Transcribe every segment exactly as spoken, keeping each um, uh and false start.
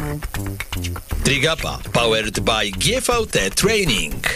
Trigapa powered by G V T Training.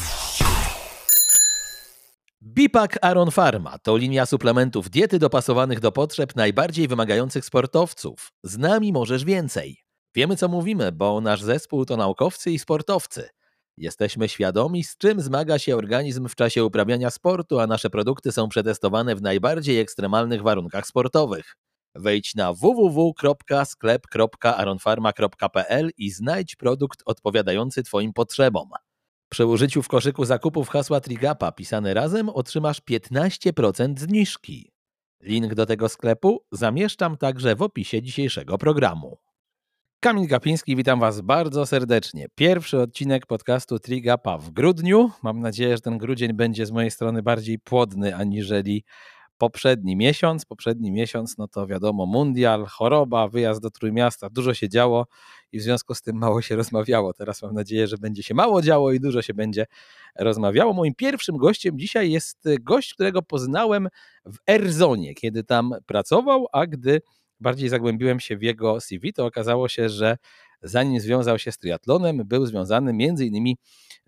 Bipak Aron Pharma to linia suplementów diety dopasowanych do potrzeb najbardziej wymagających sportowców. Z nami możesz więcej. Wiemy, co mówimy, bo nasz zespół to naukowcy i sportowcy. Jesteśmy świadomi, z czym zmaga się organizm w czasie uprawiania sportu, a nasze produkty są przetestowane w najbardziej ekstremalnych warunkach sportowych. Wejdź na w w w kropka sklep kropka aronfarma kropka p l i znajdź produkt odpowiadający Twoim potrzebom. Przy użyciu w koszyku zakupów hasła Trigapa pisane razem otrzymasz piętnaście procent zniżki. Link do tego sklepu zamieszczam także w opisie dzisiejszego programu. Kamil Gapiński, witam Was bardzo serdecznie. Pierwszy odcinek podcastu Trigapa w grudniu. Mam nadzieję, że ten grudzień będzie z mojej strony bardziej płodny aniżeli poprzedni miesiąc. Poprzedni miesiąc, no to wiadomo, mundial, choroba, wyjazd do Trójmiasta, dużo się działo i w związku z tym mało się rozmawiało. Teraz mam nadzieję, że będzie się mało działo i dużo się będzie rozmawiało. Moim pierwszym gościem dzisiaj jest gość, którego poznałem w Airzonie, kiedy tam pracował, a gdy bardziej zagłębiłem się w jego C V, to okazało się, że zanim związał się z triatlonem, był związany między innymi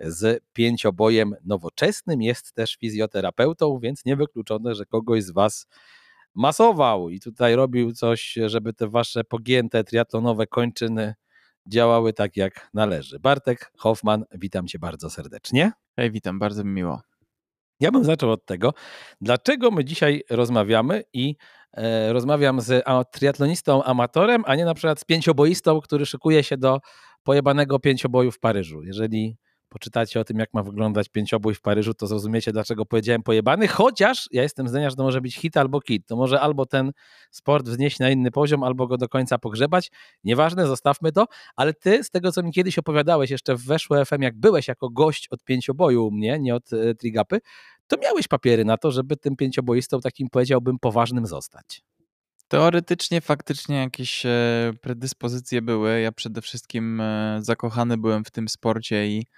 z pięciobojem nowoczesnym, jest też fizjoterapeutą, więc niewykluczone, że kogoś z Was masował i tutaj robił coś, żeby te Wasze pogięte triatlonowe kończyny działały tak jak należy. Bartek Hoffman, witam Cię bardzo serdecznie. Hej, witam, bardzo mi miło. Ja bym zaczął od tego, dlaczego my dzisiaj rozmawiamy i e, rozmawiam z a, triatlonistą amatorem, a nie na przykład z pięcioboistą, który szykuje się do pojebanego pięcioboju w Paryżu. Jeżeli poczytacie o tym, jak ma wyglądać pięciobój w Paryżu, to zrozumiecie, dlaczego powiedziałem pojebany, chociaż ja jestem zdania, że to może być hit albo kit. To może albo ten sport wznieść na inny poziom, albo go do końca pogrzebać. Nieważne, zostawmy to, ale ty, z tego co mi kiedyś opowiadałeś jeszcze w Weszło F M, jak byłeś jako gość od pięcioboju u mnie, nie od e, Trigapy, to miałeś papiery na to, żeby tym pięcioboistą takim, powiedziałbym, poważnym zostać. Teoretycznie, faktycznie jakieś e, predyspozycje były. Ja przede wszystkim e, zakochany byłem w tym sporcie i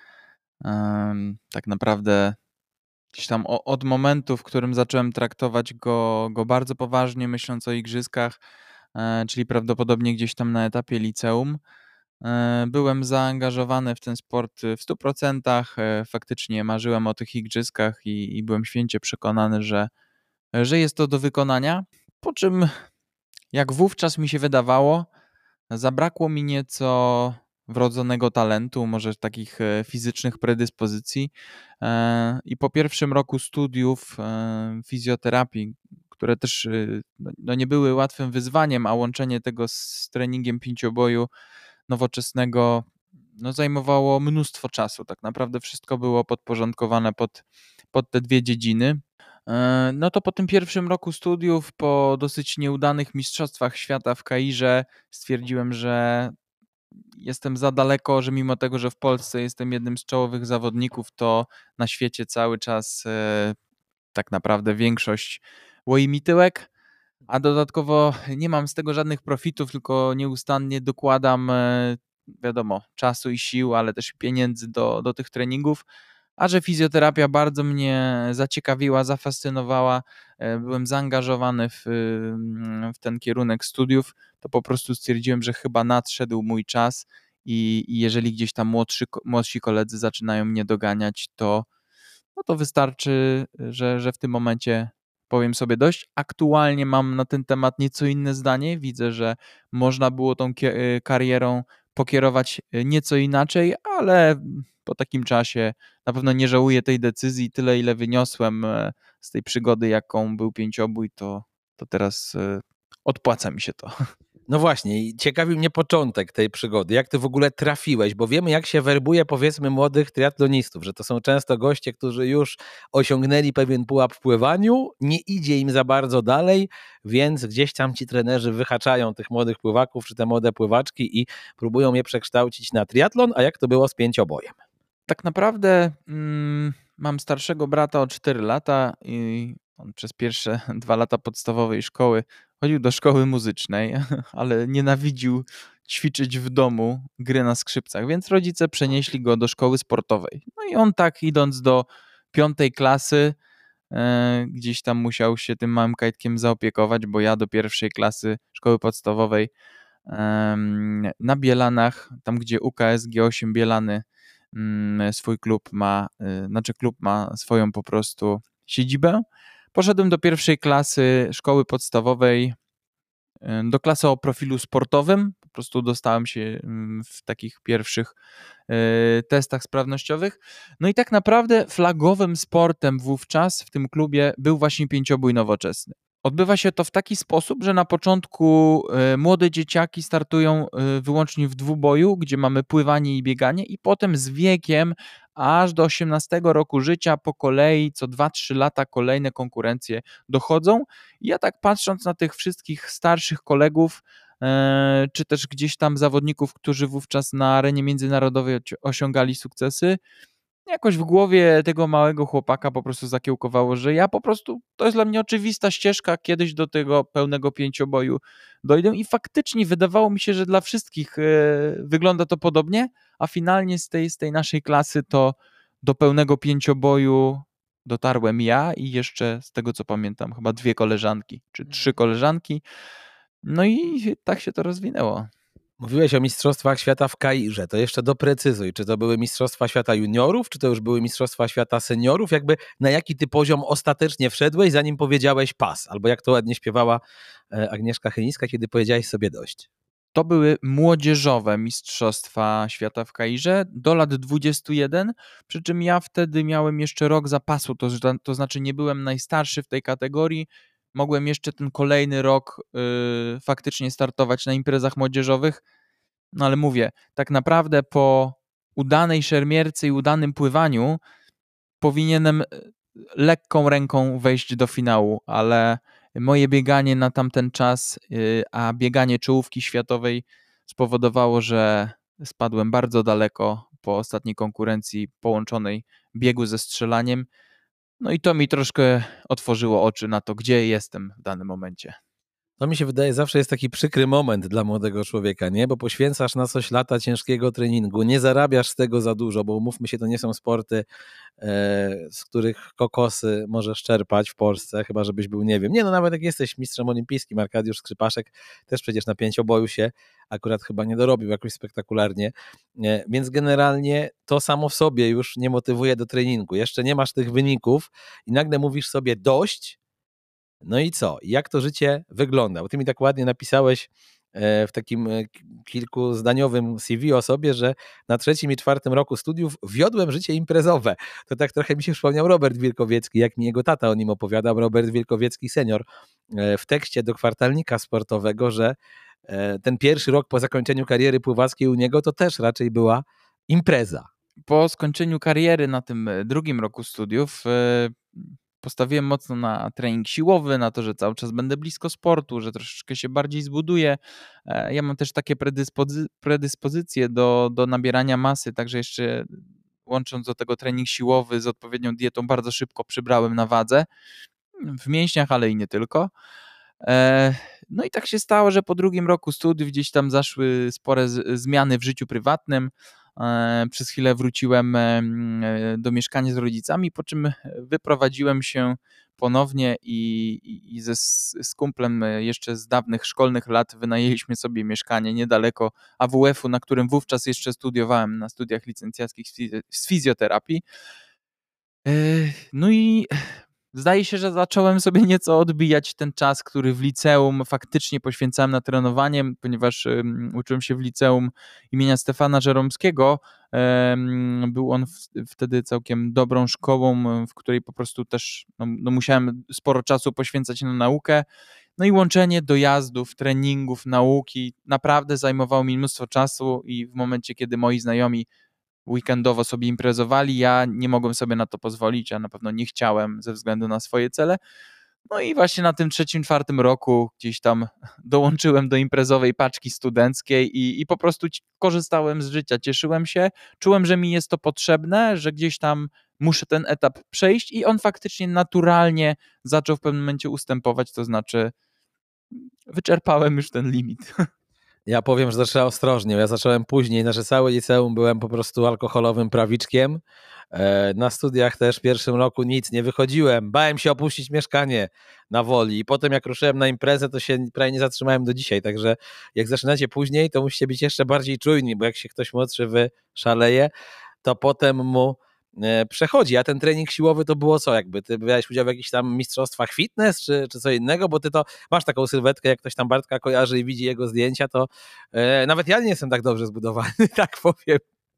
e, tak naprawdę gdzieś tam o, od momentu, w którym zacząłem traktować go, go bardzo poważnie, myśląc o igrzyskach, e, czyli prawdopodobnie gdzieś tam na etapie liceum, e, byłem zaangażowany w ten sport w stu procentach. E, faktycznie marzyłem o tych igrzyskach i, i byłem święcie przekonany, że, że jest to do wykonania. Po czym, jak wówczas mi się wydawało, zabrakło mi nieco wrodzonego talentu, może takich e, fizycznych predyspozycji. E, I po pierwszym roku studiów e, fizjoterapii, które też e, no, no nie były łatwym wyzwaniem, a łączenie tego z treningiem pięcioboju nowoczesnego no, zajmowało mnóstwo czasu. Tak naprawdę wszystko było podporządkowane pod, pod te dwie dziedziny. No to po tym pierwszym roku studiów, po dosyć nieudanych mistrzostwach świata w Kairze, stwierdziłem, że jestem za daleko, że mimo tego, że w Polsce jestem jednym z czołowych zawodników, to na świecie cały czas e, tak naprawdę większość łoi mi tyłek, a dodatkowo nie mam z tego żadnych profitów, tylko nieustannie dokładam e, wiadomo, czasu i sił, ale też pieniędzy do, do tych treningów. A że fizjoterapia bardzo mnie zaciekawiła, zafascynowała, byłem zaangażowany w, w ten kierunek studiów, to po prostu stwierdziłem, że chyba nadszedł mój czas i, i jeżeli gdzieś tam młodszy, młodsi koledzy zaczynają mnie doganiać, to, no to wystarczy, że, że w tym momencie powiem sobie dość. Aktualnie mam na ten temat nieco inne zdanie. Widzę, że można było tą karierą pokierować nieco inaczej, ale po takim czasie na pewno nie żałuję tej decyzji. Tyle, ile wyniosłem z tej przygody, jaką był pięciobój, to, to teraz odpłaca mi się to. No właśnie, i ciekawi mnie początek tej przygody. Jak ty w ogóle trafiłeś? Bo wiemy, jak się werbuje, powiedzmy, młodych triatlonistów, że to są często goście, którzy już osiągnęli pewien pułap w pływaniu, nie idzie im za bardzo dalej, więc gdzieś tam ci trenerzy wyhaczają tych młodych pływaków, czy te młode pływaczki i próbują je przekształcić na triatlon, a jak to było z pięciobojem? Tak naprawdę mm, mam starszego brata o cztery lata i on przez pierwsze dwa lata podstawowej szkoły chodził do szkoły muzycznej, ale nienawidził ćwiczyć w domu gry na skrzypcach, więc rodzice przenieśli go do szkoły sportowej. No i on tak idąc do piątej klasy e, gdzieś tam musiał się tym małym kajtkiem zaopiekować, bo ja do pierwszej klasy szkoły podstawowej na Bielanach, tam gdzie U K S G osiem Bielany swój klub ma, znaczy klub ma swoją po prostu siedzibę. Poszedłem do pierwszej klasy szkoły podstawowej, do klasy o profilu sportowym. Po prostu dostałem się w takich pierwszych testach sprawnościowych. No i tak naprawdę flagowym sportem wówczas w tym klubie był właśnie pięciobój nowoczesny. Odbywa się to w taki sposób, że na początku młode dzieciaki startują wyłącznie w dwuboju, gdzie mamy pływanie i bieganie, i potem z wiekiem aż do osiemnastego roku życia po kolei co dwa trzy lata kolejne konkurencje dochodzą. I ja tak patrząc na tych wszystkich starszych kolegów, czy też gdzieś tam zawodników, którzy wówczas na arenie międzynarodowej osiągali sukcesy, jakoś w głowie tego małego chłopaka po prostu zakiełkowało, że ja po prostu, to jest dla mnie oczywista ścieżka, kiedyś do tego pełnego pięcioboju dojdę, i faktycznie wydawało mi się, że dla wszystkich wygląda to podobnie, a finalnie z tej, z tej naszej klasy to do pełnego pięcioboju dotarłem ja i jeszcze z tego co pamiętam chyba dwie koleżanki, czy trzy koleżanki, no i tak się to rozwinęło. Mówiłeś o Mistrzostwach Świata w Kairze, to jeszcze doprecyzuj, czy to były Mistrzostwa Świata Juniorów, czy to już były Mistrzostwa Świata Seniorów? Jakby na jaki ty poziom ostatecznie wszedłeś, zanim powiedziałeś pas? Albo jak to ładnie śpiewała Agnieszka Chylińska, kiedy powiedziałeś sobie dość? To były młodzieżowe Mistrzostwa Świata w Kairze do lat dwudziestu jeden, przy czym ja wtedy miałem jeszcze rok zapasu, to, to znaczy nie byłem najstarszy w tej kategorii, mogłem jeszcze ten kolejny rok yy, faktycznie startować na imprezach młodzieżowych, no ale mówię, tak naprawdę po udanej szermierce i udanym pływaniu powinienem lekką ręką wejść do finału, ale moje bieganie na tamten czas, a bieganie czołówki światowej spowodowało, że spadłem bardzo daleko po ostatniej konkurencji połączonej biegu ze strzelaniem. No i to mi troszkę otworzyło oczy na to, gdzie jestem w danym momencie. To mi się wydaje, zawsze jest taki przykry moment dla młodego człowieka, nie? Bo poświęcasz na coś lata ciężkiego treningu, nie zarabiasz z tego za dużo, bo umówmy się, to nie są sporty, e, z których kokosy możesz czerpać w Polsce, chyba żebyś był, nie wiem, nie no nawet jak jesteś mistrzem olimpijskim, Arkadiusz Skrzypaszek też przecież na pięcioboju się akurat chyba nie dorobił jakoś spektakularnie, e, więc generalnie to samo w sobie już nie motywuje do treningu, jeszcze nie masz tych wyników i nagle mówisz sobie dość. No i co? Jak to życie wygląda? Bo ty mi tak ładnie napisałeś w takim kilkuzdaniowym C V o sobie, że na trzecim i czwartym roku studiów wiodłem życie imprezowe. To tak trochę mi się przypomniał Robert Wielkowiecki, jak mi jego tata o nim opowiadał, Robert Wielkowiecki senior, w tekście do kwartalnika sportowego, że ten pierwszy rok po zakończeniu kariery pływackiej u niego to też raczej była impreza. Po skończeniu kariery na tym drugim roku studiów postawiłem mocno na trening siłowy, na to, że cały czas będę blisko sportu, że troszeczkę się bardziej zbuduję. Ja mam też takie predyspozy- predyspozycje do, do nabierania masy, także jeszcze łącząc do tego trening siłowy z odpowiednią dietą, bardzo szybko przybrałem na wadze, w mięśniach, ale i nie tylko. No i tak się stało, że po drugim roku studiów gdzieś tam zaszły spore z- zmiany w życiu prywatnym. Przez chwilę wróciłem do mieszkania z rodzicami, po czym wyprowadziłem się ponownie i, i ze, z kumplem jeszcze z dawnych szkolnych lat wynajęliśmy sobie mieszkanie niedaleko A W F-u, na którym wówczas jeszcze studiowałem na studiach licencjackich z fizjoterapii. No i zdaje się, że zacząłem sobie nieco odbijać ten czas, który w liceum faktycznie poświęcałem na trenowanie, ponieważ um, uczyłem się w liceum imienia Stefana Żeromskiego. Um, był on w, wtedy całkiem dobrą szkołą, w której po prostu też no, no musiałem sporo czasu poświęcać na naukę. No i łączenie dojazdów, treningów, nauki naprawdę zajmowało mi mnóstwo czasu i w momencie, kiedy moi znajomi weekendowo sobie imprezowali, ja nie mogłem sobie na to pozwolić, a na pewno nie chciałem ze względu na swoje cele. No i właśnie na tym trzecim, czwartym roku gdzieś tam dołączyłem do imprezowej paczki studenckiej i, i po prostu korzystałem z życia, cieszyłem się, czułem, że mi jest to potrzebne, że gdzieś tam muszę ten etap przejść i on faktycznie naturalnie zaczął w pewnym momencie ustępować, to znaczy wyczerpałem już ten limit. Ja powiem, że to trzeba ostrożnie. Ja zacząłem później, nasze całe liceum byłem po prostu alkoholowym prawiczkiem. Na studiach też w pierwszym roku nic, nie wychodziłem. Bałem się opuścić mieszkanie na Woli i potem jak ruszyłem na imprezę, to się prawie nie zatrzymałem do dzisiaj. Także jak zaczynacie później, to musicie być jeszcze bardziej czujni, bo jak się ktoś młodszy wyszaleje, to potem mu przechodzi. A ten trening siłowy to było co? Jakby ty brałeś udział w jakichś tam mistrzostwach fitness, czy, czy co innego, bo ty to masz taką sylwetkę, jak ktoś tam Bartka kojarzy i widzi jego zdjęcia, to e, nawet ja nie jestem tak dobrze zbudowany, tak powiem.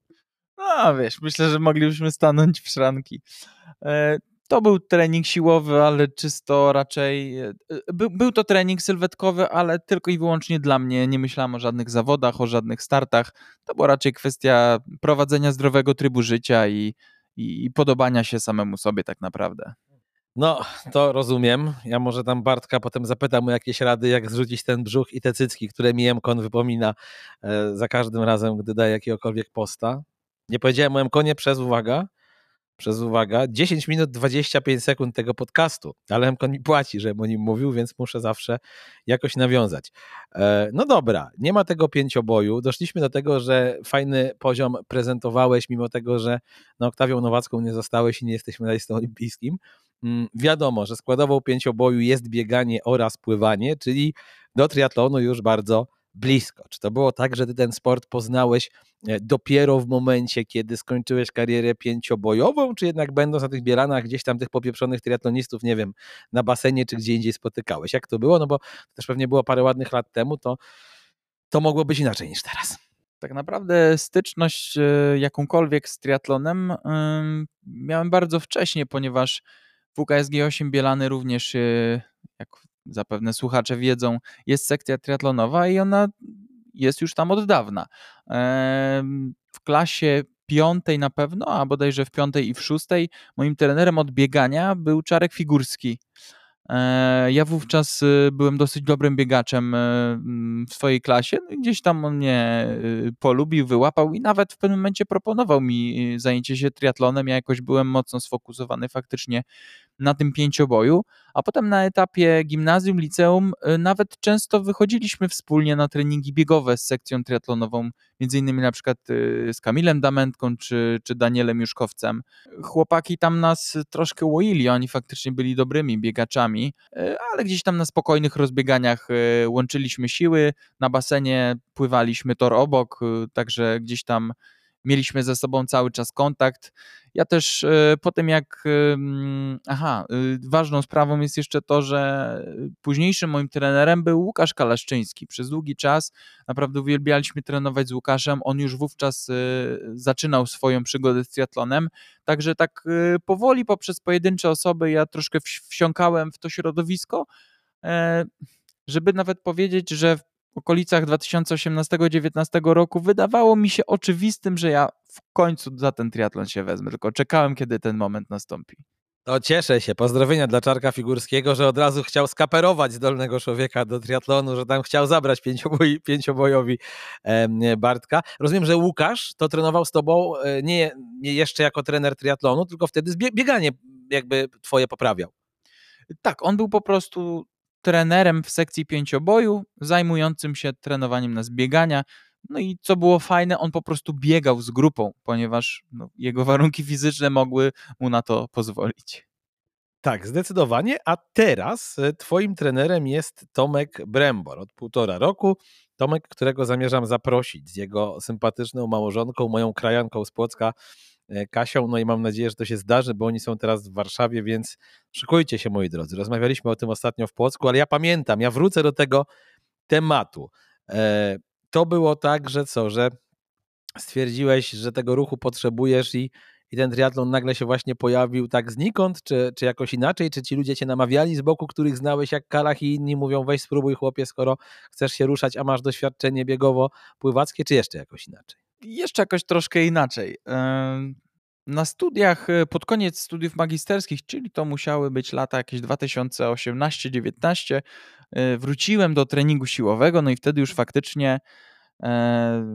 No wiesz, myślę, że moglibyśmy stanąć w szranki. E, to był trening siłowy, ale czysto raczej... By, był to trening sylwetkowy, ale tylko i wyłącznie dla mnie. Nie myślałem o żadnych zawodach, o żadnych startach. To była raczej kwestia prowadzenia zdrowego trybu życia i, i, i podobania się samemu sobie tak naprawdę. No, to rozumiem. Ja może tam Bartka potem zapytam o jakieś rady, jak zrzucić ten brzuch i te cycki, które mi M-Kon wypomina e, za każdym razem, gdy daje jakiegokolwiek posta. Nie powiedziałem o M-Konie przez, uwaga, przez uwaga, dziesięć minut dwadzieścia pięć sekund tego podcastu, ale M-Kon mi płaci, żebym o nim mówił, więc muszę zawsze jakoś nawiązać. E, no dobra, nie ma tego pięcioboju. Doszliśmy do tego, że fajny poziom prezentowałeś, mimo tego, że na Oktawią Nowacką nie zostałeś i nie jesteś medalistą olimpijskim. Wiadomo, że składową pięcioboju jest bieganie oraz pływanie, czyli do triatlonu już bardzo blisko. Czy to było tak, że ty ten sport poznałeś dopiero w momencie, kiedy skończyłeś karierę pięciobojową, czy jednak będąc na tych bielanach gdzieś tam tych popieprzonych triatlonistów, nie wiem, na basenie czy gdzie indziej spotykałeś? Jak to było? No bo to też pewnie było parę ładnych lat temu, to, to mogło być inaczej niż teraz. Tak naprawdę styczność jakąkolwiek z triatlonem miałem bardzo wcześnie, ponieważ w U K S G osiem Bielany również, jak zapewne słuchacze wiedzą, jest sekcja triatlonowa i ona jest już tam od dawna. W klasie piątej na pewno, a bodajże w piątej i w szóstej moim trenerem od biegania był Czarek Figurski. Ja wówczas byłem dosyć dobrym biegaczem w swojej klasie, no i gdzieś tam on mnie polubił, wyłapał i nawet w pewnym momencie proponował mi zajęcie się triatlonem. Ja jakoś byłem mocno sfokusowany faktycznie na tym pięcioboju, a potem na etapie gimnazjum, liceum nawet często wychodziliśmy wspólnie na treningi biegowe z sekcją triatlonową, między innymi na przykład z Kamilem Damentką czy, czy Danielem Juszkowcem. Chłopaki tam nas troszkę łoili, oni faktycznie byli dobrymi biegaczami, ale gdzieś tam na spokojnych rozbieganiach łączyliśmy siły, na basenie pływaliśmy tor obok, także gdzieś tam mieliśmy ze sobą cały czas kontakt. Ja też po tym jak... Aha, ważną sprawą jest jeszcze to, że późniejszym moim trenerem był Łukasz Kalaszczyński. Przez długi czas naprawdę uwielbialiśmy trenować z Łukaszem. On już wówczas zaczynał swoją przygodę z triatlonem. Także tak powoli poprzez pojedyncze osoby ja troszkę wsiąkałem w to środowisko, żeby nawet powiedzieć, że w okolicach dwa tysiące osiemnastego dziewiętnastego roku wydawało mi się oczywistym, że ja w końcu za ten triatlon się wezmę, tylko czekałem, kiedy ten moment nastąpi. To cieszę się. Pozdrowienia dla Czarka Figurskiego, że od razu chciał skaperować zdolnego człowieka do triatlonu, że tam chciał zabrać pięcioboj, pięciobojowi e, Bartka. Rozumiem, że Łukasz to trenował z tobą e, nie, nie jeszcze jako trener triatlonu, tylko wtedy bieganie jakby twoje poprawiał. Tak, on był po prostu trenerem w sekcji pięcioboju, zajmującym się trenowaniem nas biegania. No i co było fajne, on po prostu biegał z grupą, ponieważ no, jego warunki fizyczne mogły mu na to pozwolić. Tak, zdecydowanie. A teraz twoim trenerem jest Tomek Brembor od półtora roku. Tomek, którego zamierzam zaprosić z jego sympatyczną małżonką, moją krajanką z Płocka, Kasią, no i mam nadzieję, że to się zdarzy, bo oni są teraz w Warszawie, więc szykujcie się, moi drodzy. Rozmawialiśmy o tym ostatnio w Płocku, ale ja pamiętam, ja wrócę do tego tematu. To było tak, że co, że stwierdziłeś, że tego ruchu potrzebujesz i, i ten triatlon nagle się właśnie pojawił tak znikąd, czy, czy jakoś inaczej, czy ci ludzie cię namawiali z boku, których znałeś jak Kalach i inni mówią, weź spróbuj chłopie, skoro chcesz się ruszać, a masz doświadczenie biegowo-pływackie, czy jeszcze jakoś inaczej? Jeszcze jakoś troszkę inaczej. Na studiach, pod koniec studiów magisterskich, czyli to musiały być lata jakieś dwa tysiące osiemnaście dziewiętnaście, wróciłem do treningu siłowego, no i wtedy już faktycznie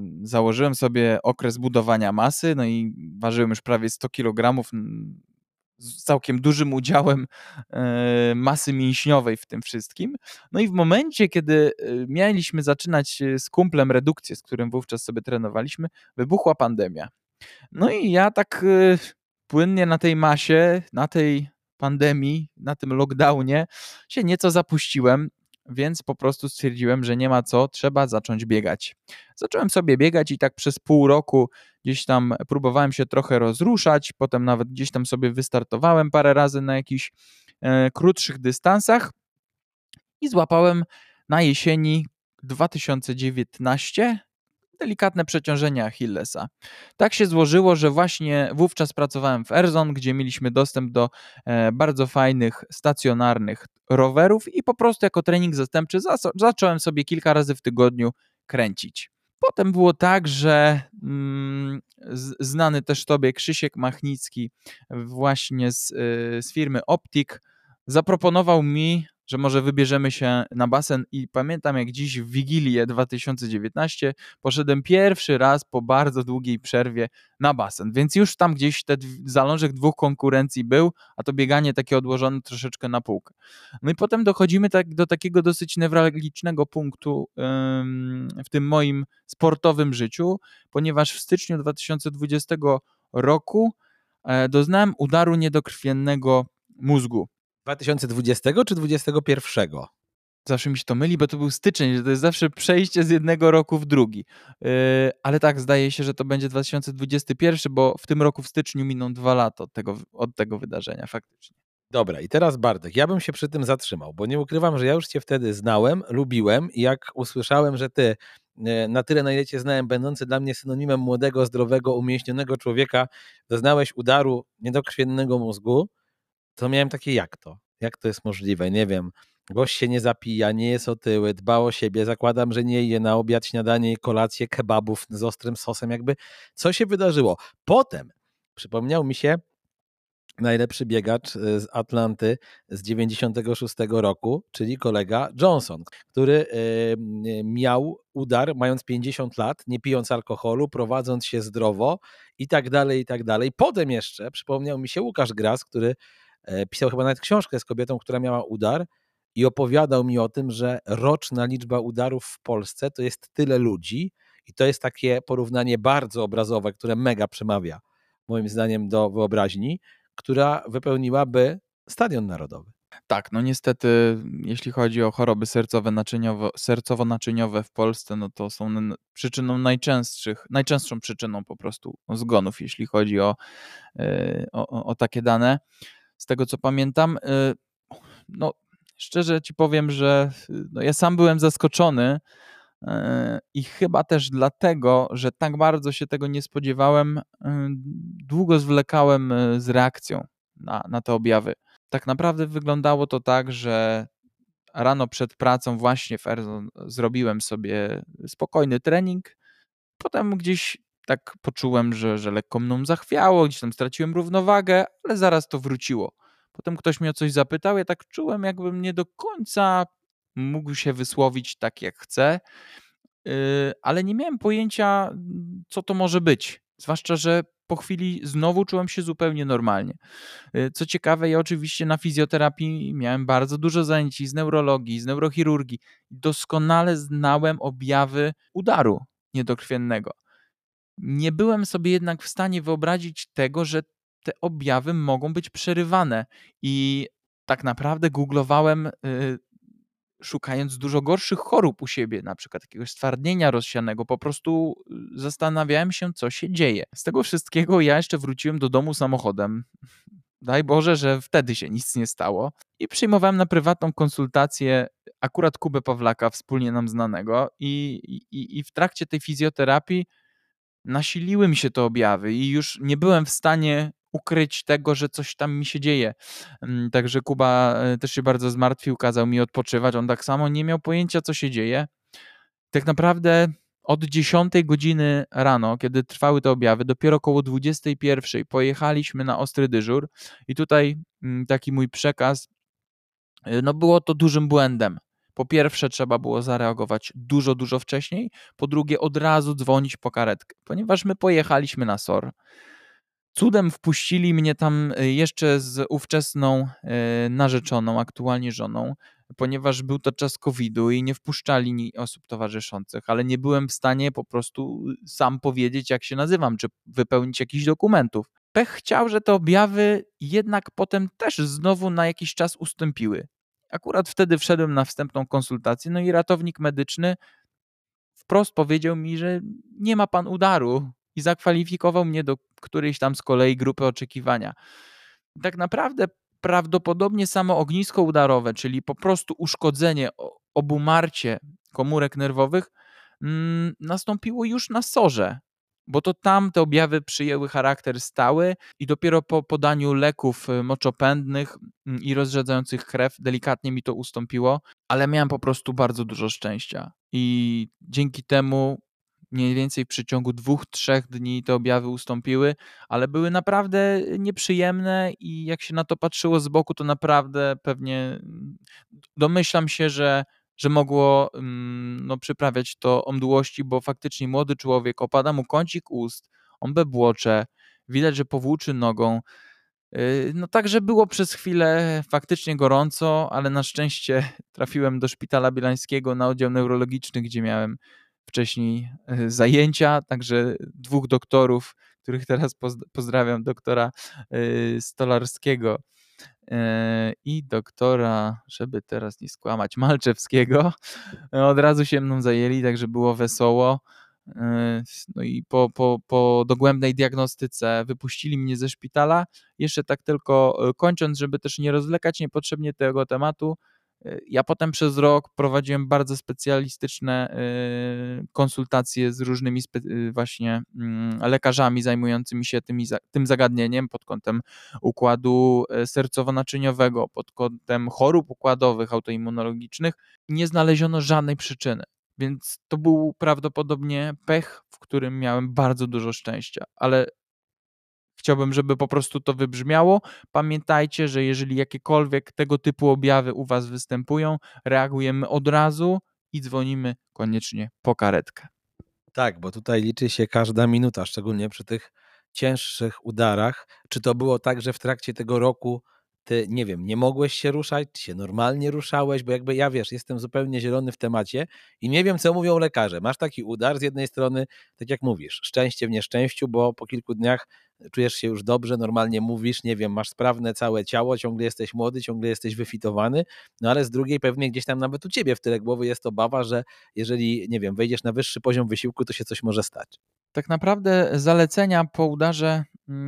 założyłem sobie okres budowania masy, no i ważyłem już prawie sto kilogramów. z całkiem dużym udziałem e, masy mięśniowej w tym wszystkim. No i w momencie, kiedy e, mieliśmy zaczynać e, z kumplem redukcję, z którym wówczas sobie trenowaliśmy, wybuchła pandemia. No i ja tak e, płynnie na tej masie, na tej pandemii, na tym lockdownie się nieco zapuściłem, więc po prostu stwierdziłem, że nie ma co, trzeba zacząć biegać. Zacząłem sobie biegać i tak przez pół roku gdzieś tam próbowałem się trochę rozruszać, potem nawet gdzieś tam sobie wystartowałem parę razy na jakichś e, krótszych dystansach i złapałem na jesieni dwa tysiące dziewiętnaście delikatne przeciążenie Achillesa. Tak się złożyło, że właśnie wówczas pracowałem w Airzone, gdzie mieliśmy dostęp do e, bardzo fajnych, stacjonarnych rowerów i po prostu jako trening zastępczy zaso- zacząłem sobie kilka razy w tygodniu kręcić. Potem było tak, że mm, z, znany też tobie Krzysiek Machnicki właśnie z, y, z firmy Optic zaproponował mi, że może wybierzemy się na basen i pamiętam jak dziś w Wigilię dwa tysiące dziewiętnaście poszedłem pierwszy raz po bardzo długiej przerwie na basen, więc już tam gdzieś ten zalążek dwóch konkurencji był, a to bieganie takie odłożone troszeczkę na półkę. No i potem dochodzimy tak, do takiego dosyć newralgicznego punktu ym, w tym moim sportowym życiu, ponieważ w styczniu dwa tysiące dwudziestego roku e, doznałem udaru niedokrwiennego mózgu. dwa tysiące dwudziestego czy dwudziestego pierwszego? Zawsze mi się to myli, bo to był styczeń, że to jest zawsze przejście z jednego roku w drugi. Yy, ale tak, zdaje się, że to będzie dwa tysiące dwudziesty pierwszy, bo w tym roku w styczniu miną dwa lata od tego, od tego wydarzenia faktycznie. Dobra, i teraz Bartek, ja bym się przy tym zatrzymał, bo nie ukrywam, że ja już cię wtedy znałem, lubiłem i jak usłyszałem, że ty e, na tyle, na ile cię znałem, będący dla mnie synonimem młodego, zdrowego, umięśnionego człowieka, doznałeś udaru niedokrwiennego mózgu, to miałem takie, jak to? Jak to jest możliwe? Nie wiem. Gość się nie zapija, nie jest otyły, dba o siebie, zakładam, że nie je na obiad, śniadanie i kolację kebabów z ostrym sosem, jakby co się wydarzyło? Potem przypomniał mi się najlepszy biegacz z Atlanty z dziewięćdziesiątego szóstego roku, czyli kolega Johnson, który miał udar mając pięćdziesiąt lat, nie pijąc alkoholu, prowadząc się zdrowo i tak dalej, i tak dalej. Potem jeszcze przypomniał mi się Łukasz Gras, który pisał chyba nawet książkę z kobietą, która miała udar i opowiadał mi o tym, że roczna liczba udarów w Polsce to jest tyle ludzi i to jest takie porównanie bardzo obrazowe, które mega przemawia moim zdaniem do wyobraźni, która wypełniłaby Stadion Narodowy. Tak, no niestety, jeśli chodzi o choroby sercowe, naczyniowe, sercowo-naczyniowe w Polsce, no to są przyczyną najczęstszych, najczęstszą przyczyną po prostu zgonów, jeśli chodzi o, o, o takie dane. Z tego co pamiętam, no szczerze ci powiem, że no, ja sam byłem zaskoczony i chyba też dlatego, że tak bardzo się tego nie spodziewałem, długo zwlekałem z reakcją na, na te objawy. Tak naprawdę wyglądało to tak, że rano przed pracą właśnie w Airzone zrobiłem sobie spokojny trening, potem gdzieś tak poczułem, że, że lekko mną zachwiało, gdzieś tam straciłem równowagę, ale zaraz to wróciło. Potem ktoś mnie o coś zapytał, ja tak czułem, jakbym nie do końca mógł się wysłowić tak, jak chcę, ale nie miałem pojęcia, co to może być. Zwłaszcza, że po chwili znowu czułem się zupełnie normalnie. Co ciekawe, ja oczywiście na fizjoterapii miałem bardzo dużo zajęć z neurologii, z neurochirurgii. Doskonale znałem objawy udaru niedokrwiennego. Nie byłem sobie jednak w stanie wyobrazić tego, że te objawy mogą być przerywane i tak naprawdę googlowałem, yy, szukając dużo gorszych chorób u siebie, na przykład jakiegoś stwardnienia rozsianego, po prostu zastanawiałem się, co się dzieje. Z tego wszystkiego ja jeszcze wróciłem do domu samochodem. Daj Boże, że wtedy się nic nie stało. I przyjmowałem na prywatną konsultację akurat Kubę Pawlaka, wspólnie nam znanego i, i, i w trakcie tej fizjoterapii nasiliły mi się te objawy i już nie byłem w stanie ukryć tego, że coś tam mi się dzieje. Także Kuba też się bardzo zmartwił, kazał mi odpoczywać. On tak samo nie miał pojęcia, co się dzieje. Tak naprawdę od dziesiątej godziny rano, kiedy trwały te objawy, dopiero około dwudziestej pierwszej pojechaliśmy na ostry dyżur i tutaj taki mój przekaz, no było to dużym błędem. Po pierwsze trzeba było zareagować dużo, dużo wcześniej, po drugie od razu dzwonić po karetkę, ponieważ my pojechaliśmy na S O R. Cudem wpuścili mnie tam jeszcze z ówczesną narzeczoną, aktualnie żoną, ponieważ był to czas kowida i nie wpuszczali osób towarzyszących, ale nie byłem w stanie po prostu sam powiedzieć, jak się nazywam, czy wypełnić jakichś dokumentów. Pech chciał, że te objawy jednak potem też znowu na jakiś czas ustąpiły. Akurat wtedy wszedłem na wstępną konsultację, no i ratownik medyczny wprost powiedział mi, że nie ma pan udaru i zakwalifikował mnie do którejś tam z kolei grupy oczekiwania. Tak naprawdę prawdopodobnie samo ognisko udarowe, czyli po prostu uszkodzenie, obumarcie komórek nerwowych mm, nastąpiło już na sorze, bo to tam te objawy przyjęły charakter stały i dopiero po podaniu leków moczopędnych i rozrzedzających krew delikatnie mi to ustąpiło, ale miałem po prostu bardzo dużo szczęścia i dzięki temu mniej więcej w przeciągu dwóch, trzech dni te objawy ustąpiły, ale były naprawdę nieprzyjemne i jak się na to patrzyło z boku, to naprawdę pewnie domyślam się, że, że mogło no, przyprawiać to o mdłości, bo faktycznie młody człowiek, opada mu kącik ust, on bebłocze, widać, że powłóczy nogą. No także było przez chwilę faktycznie gorąco, ale na szczęście trafiłem do szpitala bielańskiego na oddział neurologiczny, gdzie miałem wcześniej zajęcia, także dwóch doktorów, których teraz pozdrawiam, doktora Stolarskiego i doktora, żeby teraz nie skłamać, Malczewskiego, od razu się mną zajęli, także było wesoło. No i po, po, po dogłębnej diagnostyce wypuścili mnie ze szpitala. Jeszcze tak tylko kończąc, żeby też nie rozwlekać niepotrzebnie tego tematu, ja potem przez rok prowadziłem bardzo specjalistyczne konsultacje z różnymi właśnie lekarzami zajmującymi się tymi, tym zagadnieniem pod kątem układu sercowo-naczyniowego, pod kątem chorób układowych, autoimmunologicznych. Nie znaleziono żadnej przyczyny. Więc to był prawdopodobnie pech, w którym miałem bardzo dużo szczęścia, ale chciałbym, żeby po prostu to wybrzmiało. Pamiętajcie, że jeżeli jakiekolwiek tego typu objawy u was występują, reagujemy od razu i dzwonimy koniecznie po karetkę. Tak, bo tutaj liczy się każda minuta, szczególnie przy tych cięższych udarach. Czy to było tak, że w trakcie tego roku ty, nie wiem, nie mogłeś się ruszać, czy się normalnie ruszałeś? Bo jakby ja, wiesz, jestem zupełnie zielony w temacie i nie wiem, co mówią lekarze. Masz taki udar, z jednej strony, tak jak mówisz, szczęście w nieszczęściu, bo po kilku dniach czujesz się już dobrze, normalnie mówisz, nie wiem, masz sprawne całe ciało, ciągle jesteś młody, ciągle jesteś wyfitowany, no ale z drugiej pewnie gdzieś tam nawet u ciebie w tyle głowy jest obawa, że jeżeli, nie wiem, wejdziesz na wyższy poziom wysiłku, to się coś może stać. Tak naprawdę zalecenia po udarze,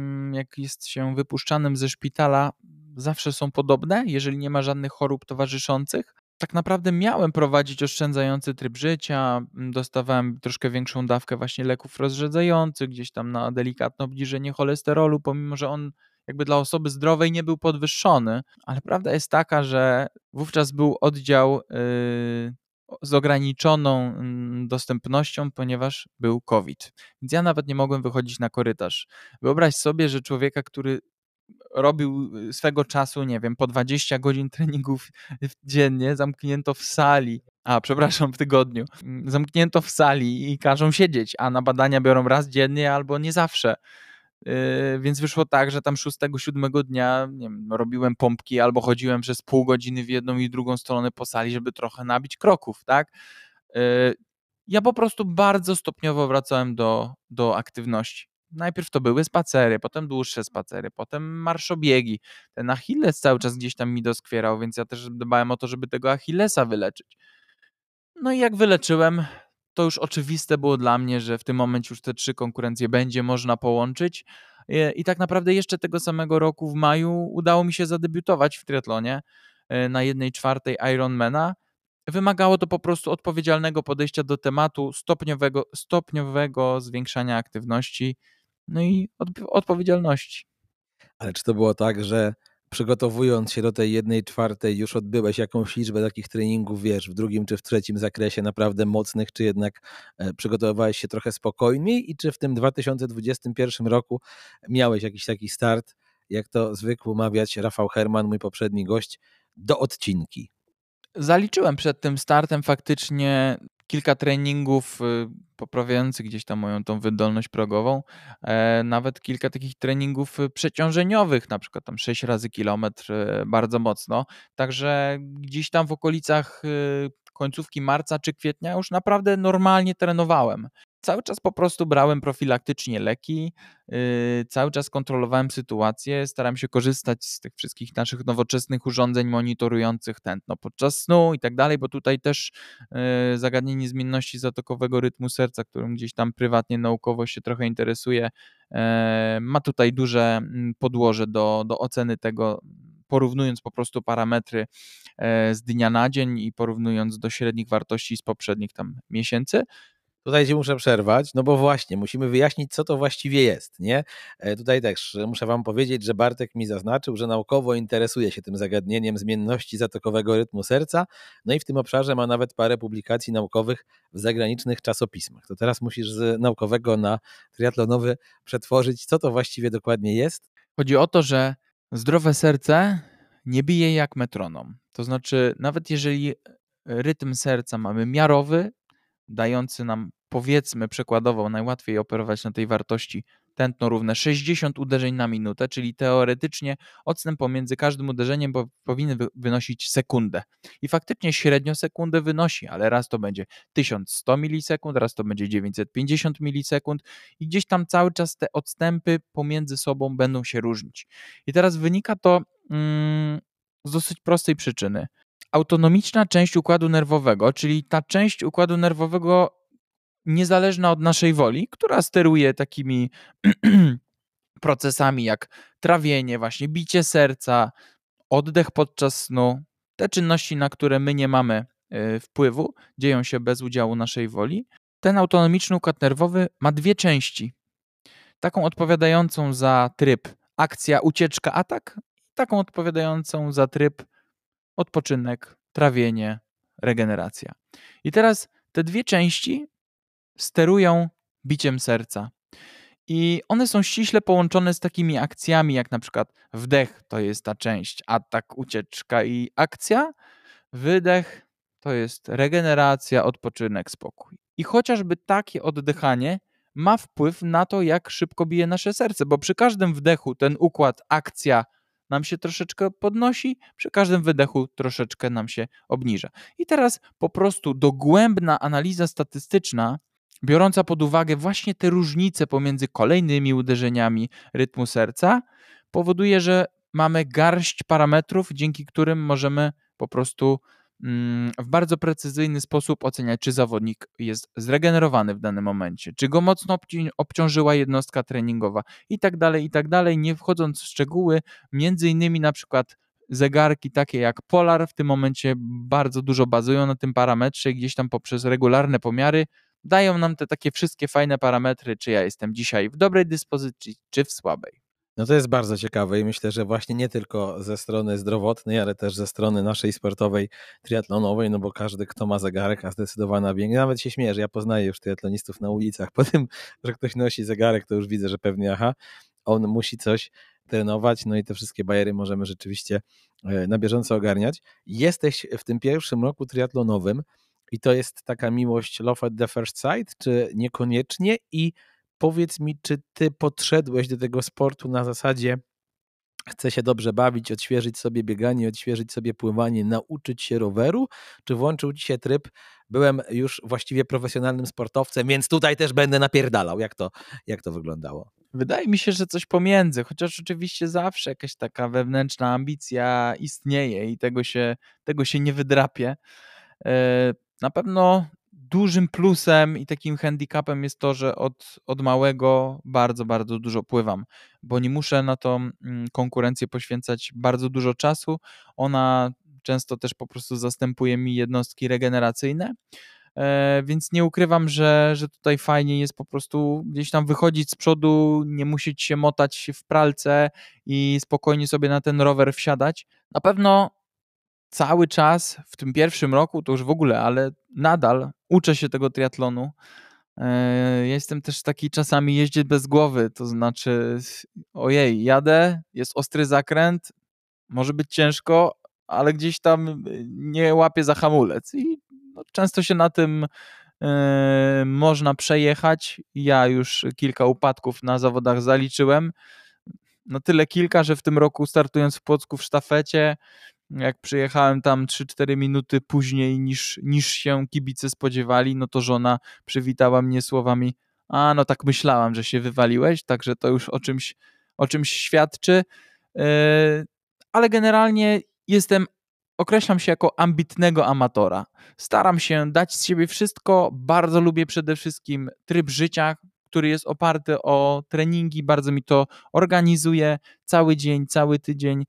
jak jest się wypuszczanym ze szpitala, zawsze są podobne, jeżeli nie ma żadnych chorób towarzyszących. Tak naprawdę miałem prowadzić oszczędzający tryb życia, dostawałem troszkę większą dawkę właśnie leków rozrzedzających, gdzieś tam na delikatne obniżenie cholesterolu, pomimo że on jakby dla osoby zdrowej nie był podwyższony, ale prawda jest taka, że wówczas był oddział yy, z ograniczoną dostępnością, ponieważ był COVID. Więc ja nawet nie mogłem wychodzić na korytarz. Wyobraź sobie, że człowieka, który robił swego czasu, nie wiem, po dwadzieścia godzin treningów dziennie, zamknięto w sali, a przepraszam, w tygodniu, zamknięto w sali i każą siedzieć, a na badania biorą raz dziennie albo nie zawsze. Yy, więc wyszło tak, że tam szóstego, siódmego dnia nie wiem, robiłem pompki albo chodziłem przez pół godziny w jedną i drugą stronę po sali, żeby trochę nabić kroków, tak? Yy, ja po prostu bardzo stopniowo wracałem do, do aktywności. Najpierw to były spacery, potem dłuższe spacery, potem marszobiegi. Ten Achilles cały czas gdzieś tam mi doskwierał, więc ja też dbałem o to, żeby tego Achillesa wyleczyć. No i jak wyleczyłem, to już oczywiste było dla mnie, że w tym momencie już te trzy konkurencje będzie można połączyć. I tak naprawdę jeszcze tego samego roku w maju udało mi się zadebiutować w triatlonie na jednej czwartej Ironmana. Wymagało to po prostu odpowiedzialnego podejścia do tematu, stopniowego, stopniowego zwiększania aktywności, no i odp- odpowiedzialności. Ale czy to było tak, że przygotowując się do tej jednej czwartej już odbyłeś jakąś liczbę takich treningów, wiesz, w drugim czy w trzecim zakresie naprawdę mocnych, czy jednak przygotowywałeś się trochę spokojniej i czy w tym dwa tysiące dwudziestym pierwszym roku miałeś jakiś taki start, jak to zwykł mawiać Rafał Herman, mój poprzedni gość, do odcinki? Zaliczyłem przed tym startem faktycznie kilka treningów y, poprawiających gdzieś tam moją tą wydolność progową, e, nawet kilka takich treningów y, przeciążeniowych, na przykład tam sześć razy kilometr y, bardzo mocno. Także gdzieś tam w okolicach y, końcówki marca czy kwietnia już naprawdę normalnie trenowałem. Cały czas po prostu brałem profilaktycznie leki, yy, cały czas kontrolowałem sytuację, staram się korzystać z tych wszystkich naszych nowoczesnych urządzeń monitorujących tętno podczas snu i tak dalej, bo tutaj też yy, zagadnienie zmienności zatokowego rytmu serca, którym gdzieś tam prywatnie, naukowo się trochę interesuję, yy, ma tutaj duże mm, podłoże do, do oceny tego, porównując po prostu parametry yy, z dnia na dzień i porównując do średnich wartości z poprzednich tam miesięcy. Tutaj ci muszę przerwać, no bo właśnie musimy wyjaśnić, co to właściwie jest, nie? E, Tutaj też muszę wam powiedzieć, że Bartek mi zaznaczył, że naukowo interesuje się tym zagadnieniem zmienności zatokowego rytmu serca, no i w tym obszarze ma nawet parę publikacji naukowych w zagranicznych czasopismach. To teraz musisz z naukowego na triatlonowy przetworzyć, co to właściwie dokładnie jest. Chodzi o to, że zdrowe serce nie bije jak metronom. To znaczy, nawet jeżeli rytm serca mamy miarowy, dający nam, powiedzmy przykładowo, najłatwiej operować na tej wartości tętno równe sześćdziesiąt uderzeń na minutę, czyli teoretycznie odstęp pomiędzy każdym uderzeniem po, powinien wy, wynosić sekundę. I faktycznie średnio sekundę wynosi, ale raz to będzie tysiąc sto milisekund, raz to będzie dziewięćset pięćdziesiąt milisekund i gdzieś tam cały czas te odstępy pomiędzy sobą będą się różnić. I teraz wynika to mm, z dosyć prostej przyczyny. Autonomiczna część układu nerwowego, czyli ta część układu nerwowego niezależna od naszej woli, która steruje takimi procesami jak trawienie, właśnie bicie serca, oddech podczas snu, te czynności, na które my nie mamy y, wpływu, dzieją się bez udziału naszej woli. Ten autonomiczny układ nerwowy ma dwie części. Taką odpowiadającą za tryb akcja, ucieczka, atak, i taką odpowiadającą za tryb odpoczynek, trawienie, regeneracja. I teraz te dwie części sterują biciem serca. I one są ściśle połączone z takimi akcjami, jak na przykład wdech to jest ta część atak, ucieczka i akcja, wydech to jest regeneracja, odpoczynek, spokój. I chociażby takie oddychanie ma wpływ na to, jak szybko bije nasze serce, bo przy każdym wdechu ten układ akcja nam się troszeczkę podnosi, przy każdym wydechu troszeczkę nam się obniża. I teraz po prostu dogłębna analiza statystyczna, biorąca pod uwagę właśnie te różnice pomiędzy kolejnymi uderzeniami rytmu serca, powoduje, że mamy garść parametrów, dzięki którym możemy po prostu w bardzo precyzyjny sposób oceniać, czy zawodnik jest zregenerowany w danym momencie, czy go mocno obciążyła jednostka treningowa i tak dalej, i tak dalej, nie wchodząc w szczegóły, między innymi na przykład zegarki takie jak Polar w tym momencie bardzo dużo bazują na tym parametrze i gdzieś tam poprzez regularne pomiary dają nam te takie wszystkie fajne parametry, czy ja jestem dzisiaj w dobrej dyspozycji, czy w słabej. No to jest bardzo ciekawe i myślę, że właśnie nie tylko ze strony zdrowotnej, ale też ze strony naszej sportowej, triatlonowej, no bo każdy, kto ma zegarek, a zdecydowana większość, nawet się śmieję, że ja poznaję już triatlonistów na ulicach, po tym, że ktoś nosi zegarek, to już widzę, że pewnie aha, on musi coś trenować, no i te wszystkie bajery możemy rzeczywiście na bieżąco ogarniać. Jesteś w tym pierwszym roku triatlonowym i to jest taka miłość love at the first sight, czy niekoniecznie? I powiedz mi, czy ty podszedłeś do tego sportu na zasadzie chcę się dobrze bawić, odświeżyć sobie bieganie, odświeżyć sobie pływanie, nauczyć się roweru, czy włączył ci się tryb, byłem już właściwie profesjonalnym sportowcem, więc tutaj też będę napierdalał. Jak to, jak to wyglądało? Wydaje mi się, że coś pomiędzy, chociaż oczywiście zawsze jakaś taka wewnętrzna ambicja istnieje i tego się, tego się nie wydrapie. Na pewno dużym plusem i takim handicapem jest to, że od, od małego bardzo, bardzo dużo pływam, bo nie muszę na tą konkurencję poświęcać bardzo dużo czasu. Ona często też po prostu zastępuje mi jednostki regeneracyjne, więc nie ukrywam, że, że tutaj fajnie jest po prostu gdzieś tam wychodzić z przodu, nie musieć się motać w pralce i spokojnie sobie na ten rower wsiadać. Na pewno cały czas w tym pierwszym roku to już w ogóle, ale nadal uczę się tego triatlonu. Ja jestem też taki czasami jeździec bez głowy, to znaczy ojej, jadę, jest ostry zakręt, może być ciężko, ale gdzieś tam nie łapię za hamulec i no, często się na tym e, można przejechać. Ja już kilka upadków na zawodach zaliczyłem. Na tyle kilka, że w tym roku startując w Płocku w sztafecie, jak przyjechałem tam trzy cztery minuty później niż, niż się kibice spodziewali, no to żona przywitała mnie słowami: a no tak myślałam, że się wywaliłeś, także to już o czymś, o czymś świadczy. Yy, ale generalnie jestem, określam się jako ambitnego amatora. Staram się dać z siebie wszystko, bardzo lubię przede wszystkim tryb życia, który jest oparty o treningi, bardzo mi to organizuje cały dzień, cały tydzień.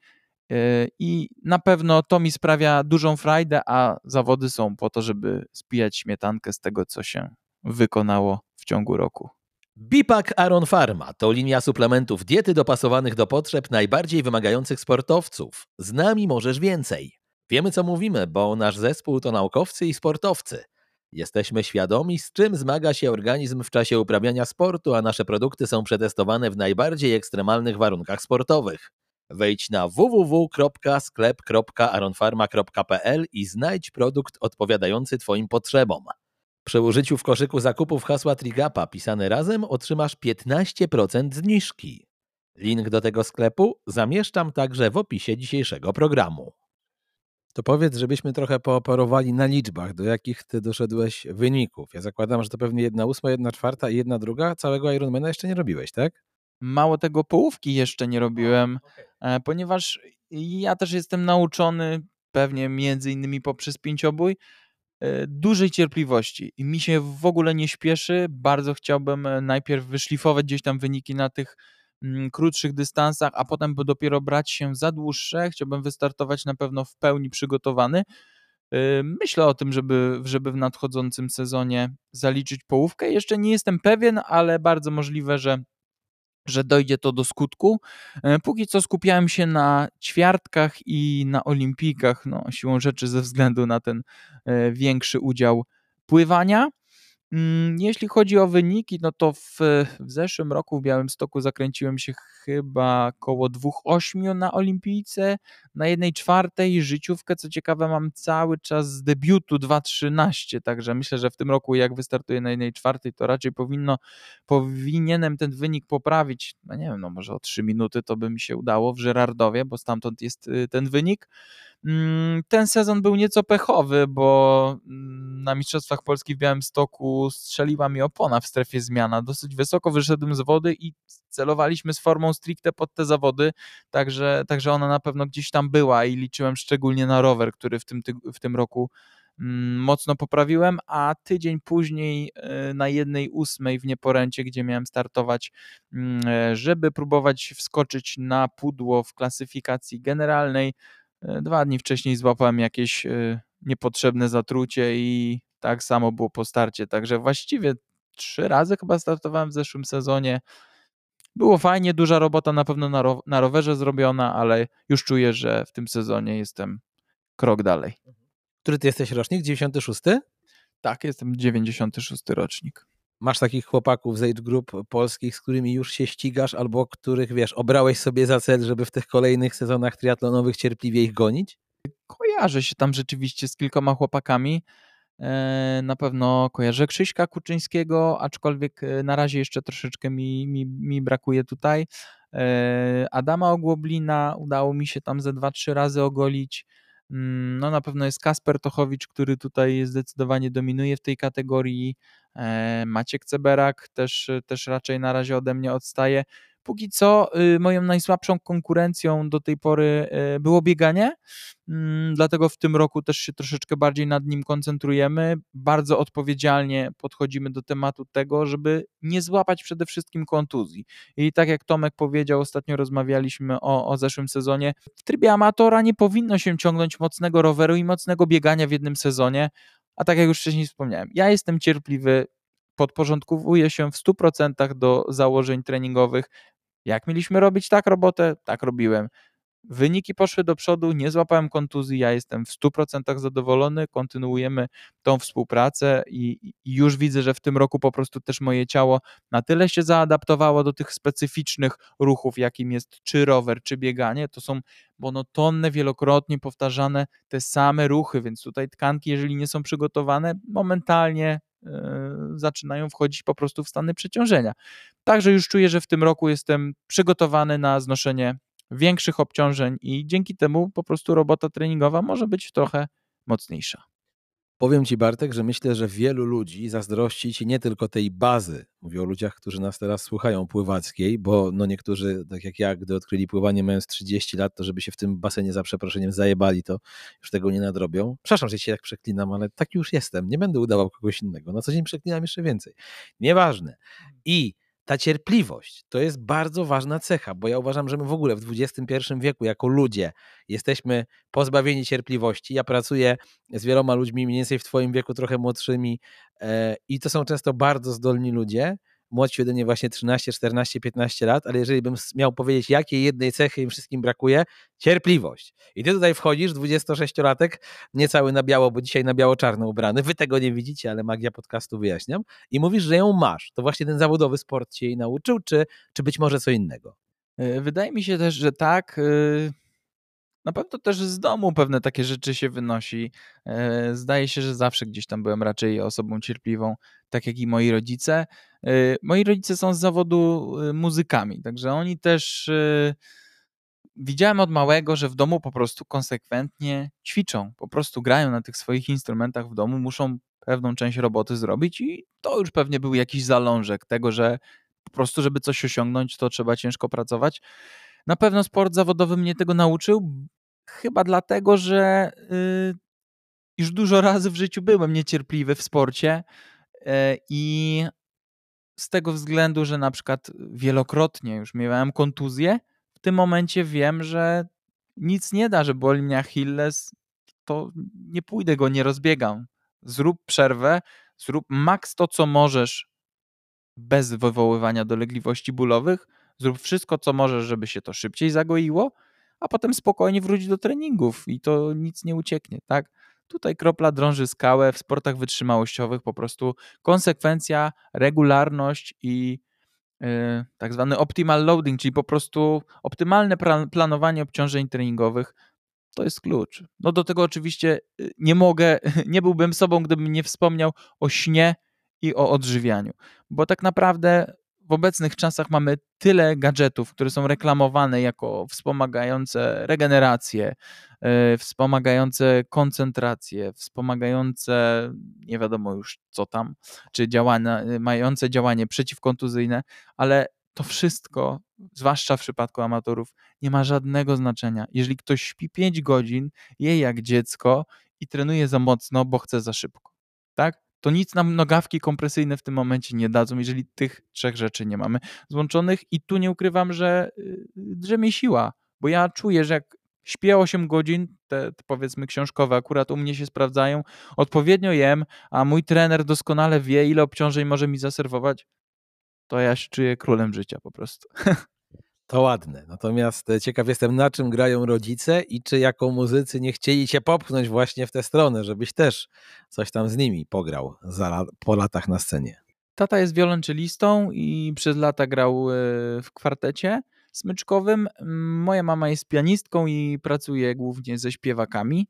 I na pewno to mi sprawia dużą frajdę, a zawody są po to, żeby spijać śmietankę z tego, co się wykonało w ciągu roku. Bipak Aron Pharma to linia suplementów diety dopasowanych do potrzeb najbardziej wymagających sportowców. Z nami możesz więcej. Wiemy, co mówimy, bo nasz zespół to naukowcy i sportowcy. Jesteśmy świadomi, z czym zmaga się organizm w czasie uprawiania sportu, a nasze produkty są przetestowane w najbardziej ekstremalnych warunkach sportowych. Wejdź na w w w kropka sklep kropka aronfarma kropka p l i znajdź produkt odpowiadający Twoim potrzebom. Przy użyciu w koszyku zakupów hasła Trigapa pisane razem otrzymasz piętnaście procent zniżki. Link do tego sklepu zamieszczam także w opisie dzisiejszego programu. To powiedz, żebyśmy trochę pooperowali na liczbach, do jakich ty doszedłeś wyników. Ja zakładam, że to pewnie jedna ósma, jedna czwarta i jedna druga. Całego Ironmana jeszcze nie robiłeś, tak? Mało tego, połówki jeszcze nie robiłem, okay. Ponieważ ja też jestem nauczony, pewnie między innymi poprzez pięciobój, dużej cierpliwości i mi się w ogóle nie śpieszy. Bardzo chciałbym najpierw wyszlifować gdzieś tam wyniki na tych mm, krótszych dystansach, a potem dopiero brać się za dłuższe. Chciałbym wystartować na pewno w pełni przygotowany. Myślę o tym, żeby, żeby w nadchodzącym sezonie zaliczyć połówkę. Jeszcze nie jestem pewien, ale bardzo możliwe, że że dojdzie to do skutku. Póki co skupiałem się na ćwiartkach i na olimpijkach, no siłą rzeczy ze względu na ten większy udział pływania. Jeśli chodzi o wyniki, no to w, w zeszłym roku w Białymstoku zakręciłem się chyba koło dwa osiem na olimpijce, na jednej czwartej życiówkę, co ciekawe mam cały czas z debiutu dwa trzynaście, także myślę, że w tym roku jak wystartuję na jednej czwartej, to raczej powinno, powinienem ten wynik poprawić, no nie wiem, no może o trzy minuty to by mi się udało w Żerardowie, bo stamtąd jest ten wynik. Ten sezon był nieco pechowy, bo na Mistrzostwach Polski w Białymstoku strzeliła mi opona w strefie zmiana. Dosyć wysoko wyszedłem z wody i celowaliśmy z formą stricte pod te zawody, także, także ona na pewno gdzieś tam była i liczyłem szczególnie na rower, który w tym, w tym roku mocno poprawiłem, a tydzień później na jednej ósmej w Nieporęcie, gdzie miałem startować, żeby próbować wskoczyć na pudło w klasyfikacji generalnej, dwa dni wcześniej złapałem jakieś niepotrzebne zatrucie i tak samo było po starcie. Także właściwie trzy razy chyba startowałem w zeszłym sezonie. Było fajnie, duża robota na pewno na, ro- na rowerze zrobiona, ale już czuję, że w tym sezonie jestem krok dalej. Który ty jesteś rocznik? dziewięćdziesiąty szósty? Tak, jestem dziewięćdziesiąty szósty rocznik. Masz takich chłopaków z age group polskich, z którymi już się ścigasz, albo których, wiesz, obrałeś sobie za cel, żeby w tych kolejnych sezonach triatlonowych cierpliwie ich gonić? Kojarzę się tam rzeczywiście z kilkoma chłopakami. Na pewno kojarzę Krzyśka Kuczyńskiego, aczkolwiek na razie jeszcze troszeczkę mi, mi, mi brakuje tutaj. Adama Ogłoblina udało mi się tam ze dwa, trzy razy ogolić. No na pewno jest Kasper Tochowicz, który tutaj zdecydowanie dominuje w tej kategorii. Maciek Ceberak też, też raczej na razie ode mnie odstaje. Póki co moją najsłabszą konkurencją do tej pory było bieganie, dlatego w tym roku też się troszeczkę bardziej nad nim koncentrujemy. Bardzo odpowiedzialnie podchodzimy do tematu tego, żeby nie złapać przede wszystkim kontuzji. I tak jak Tomek powiedział, ostatnio rozmawialiśmy o, o zeszłym sezonie, w trybie amatora nie powinno się ciągnąć mocnego roweru i mocnego biegania w jednym sezonie, a tak jak już wcześniej wspomniałem, ja jestem cierpliwy, podporządkowuję się w stu procentach do założeń treningowych. Jak mieliśmy robić tak robotę, tak robiłem. Wyniki poszły do przodu, nie złapałem kontuzji, ja jestem w stu procentach zadowolony, kontynuujemy tą współpracę i, i już widzę, że w tym roku po prostu też moje ciało na tyle się zaadaptowało do tych specyficznych ruchów, jakim jest czy rower, czy bieganie. To są monotonne, wielokrotnie powtarzane te same ruchy, więc tutaj tkanki, jeżeli nie są przygotowane, momentalnie zaczynają wchodzić po prostu w stany przeciążenia. Także już czuję, że w tym roku jestem przygotowany na znoszenie większych obciążeń i dzięki temu po prostu robota treningowa może być trochę mocniejsza. Powiem Ci, Bartek, że myślę, że wielu ludzi zazdrości Ci nie tylko tej bazy, mówię o ludziach, którzy nas teraz słuchają, pływackiej, bo no niektórzy, tak jak ja, gdy odkryli pływanie mając trzydzieści lat, to żeby się w tym basenie za przeproszeniem zajebali, to już tego nie nadrobią. Przepraszam, że Cię tak przeklinam, ale tak już jestem, nie będę udawał kogoś innego. Na co dzień przeklinam jeszcze więcej. Nieważne. I ta cierpliwość to jest bardzo ważna cecha, bo ja uważam, że my w ogóle w dwudziestym pierwszym wieku jako ludzie jesteśmy pozbawieni cierpliwości. Ja pracuję z wieloma ludźmi mniej więcej w twoim wieku, trochę młodszymi e, i to są często bardzo zdolni ludzie, młodsi ode mnie właśnie trzynaście, czternaście, piętnaście lat, ale jeżeli bym miał powiedzieć, jakiej jednej cechy im wszystkim brakuje, cierpliwość. I ty tutaj wchodzisz, dwudziestosześciolatek, niecały na biało, bo dzisiaj na biało-czarno ubrany, wy tego nie widzicie, ale magia podcastu wyjaśniam, i mówisz, że ją masz. To właśnie ten zawodowy sport cię jej nauczył, czy, czy być może co innego? Wydaje mi się też, że tak. Na pewno też z domu pewne takie rzeczy się wynosi. Zdaje się, że zawsze gdzieś tam byłem raczej osobą cierpliwą, tak jak i moi rodzice. Moi rodzice są z zawodu muzykami, także oni też widziałem od małego, że w domu po prostu konsekwentnie ćwiczą, po prostu grają na tych swoich instrumentach w domu, muszą pewną część roboty zrobić i to już pewnie był jakiś zalążek tego, że po prostu, żeby coś osiągnąć, to trzeba ciężko pracować. Na pewno sport zawodowy mnie tego nauczył, chyba dlatego, że yy, już dużo razy w życiu byłem niecierpliwy w sporcie yy, i z tego względu, że na przykład wielokrotnie już miałem kontuzję, w tym momencie wiem, że nic nie da, że boli mnie Achilles, to nie pójdę go, nie rozbiegam. Zrób przerwę, zrób maks to, co możesz bez wywoływania dolegliwości bólowych, zrób wszystko, co możesz, żeby się to szybciej zagoiło, a potem spokojnie wróć do treningów i to nic nie ucieknie, tak? Tutaj kropla drąży skałę, w sportach wytrzymałościowych po prostu konsekwencja, regularność i yy, tak zwany optimal loading, czyli po prostu optymalne pra- planowanie obciążeń treningowych, to jest klucz. No do tego oczywiście nie mogę, nie byłbym sobą, gdybym nie wspomniał o śnie i o odżywianiu, bo tak naprawdę w obecnych czasach mamy tyle gadżetów, które są reklamowane jako wspomagające regenerację, yy, wspomagające koncentrację, wspomagające nie wiadomo już co tam, czy działania, mające działanie przeciwkontuzyjne, ale to wszystko, zwłaszcza w przypadku amatorów, nie ma żadnego znaczenia. Jeżeli ktoś śpi pięć godzin, je jak dziecko i trenuje za mocno, bo chce za szybko, tak? To nic nam nogawki kompresyjne w tym momencie nie dadzą, jeżeli tych trzech rzeczy nie mamy złączonych i tu nie ukrywam, że drzemie siła, bo ja czuję, że jak śpię osiem godzin, te, te powiedzmy książkowe akurat u mnie się sprawdzają, odpowiednio jem, a mój trener doskonale wie, ile obciążeń może mi zaserwować, to ja się czuję królem życia po prostu. To ładne. Natomiast ciekaw jestem, na czym grają rodzice i czy jako muzycy nie chcieli cię popchnąć właśnie w tę stronę, żebyś też coś tam z nimi pograł za, po latach na scenie. Tata jest wiolonczelistą i przez lata grał w kwartecie smyczkowym. Moja mama jest pianistką i pracuje głównie ze śpiewakami.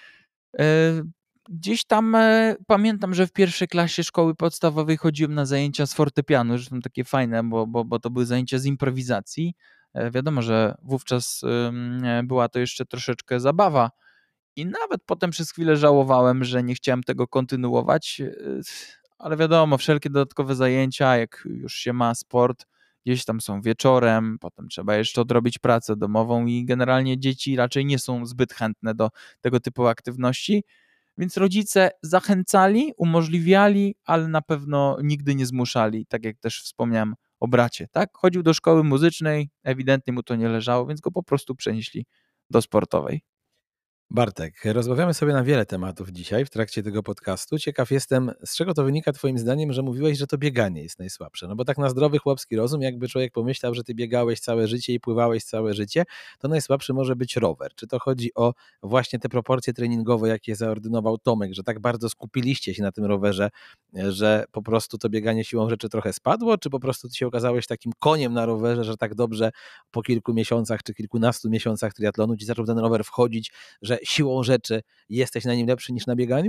Gdzieś tam pamiętam, że w pierwszej klasie szkoły podstawowej chodziłem na zajęcia z fortepianu, że są takie fajne, bo, bo, bo to były zajęcia z improwizacji. Wiadomo, że wówczas była to jeszcze troszeczkę zabawa i nawet potem przez chwilę żałowałem, że nie chciałem tego kontynuować, ale wiadomo, wszelkie dodatkowe zajęcia, jak już się ma sport, gdzieś tam są wieczorem, potem trzeba jeszcze odrobić pracę domową i generalnie dzieci raczej nie są zbyt chętne do tego typu aktywności, więc rodzice zachęcali, umożliwiali, ale na pewno nigdy nie zmuszali, tak jak też wspomniałem o bracie, tak? Chodził do szkoły muzycznej, ewidentnie mu to nie leżało, więc go po prostu przenieśli do sportowej. Bartek, rozmawiamy sobie na wiele tematów dzisiaj w trakcie tego podcastu. Ciekaw jestem, z czego to wynika twoim zdaniem, że mówiłeś, że to bieganie jest najsłabsze. No bo tak na zdrowy chłopski rozum, jakby człowiek pomyślał, że ty biegałeś całe życie i pływałeś całe życie, to najsłabszy może być rower. Czy to chodzi o właśnie te proporcje treningowe, jakie zaordynował Tomek, że tak bardzo skupiliście się na tym rowerze, że po prostu to bieganie siłą rzeczy trochę spadło, czy po prostu ty się okazałeś takim koniem na rowerze, że tak dobrze po kilku miesiącach czy kilkunastu miesiącach triatlonu ci zaczął ten rower wchodzić, że siłą rzeczy jesteś na nim lepszy niż na bieganiu?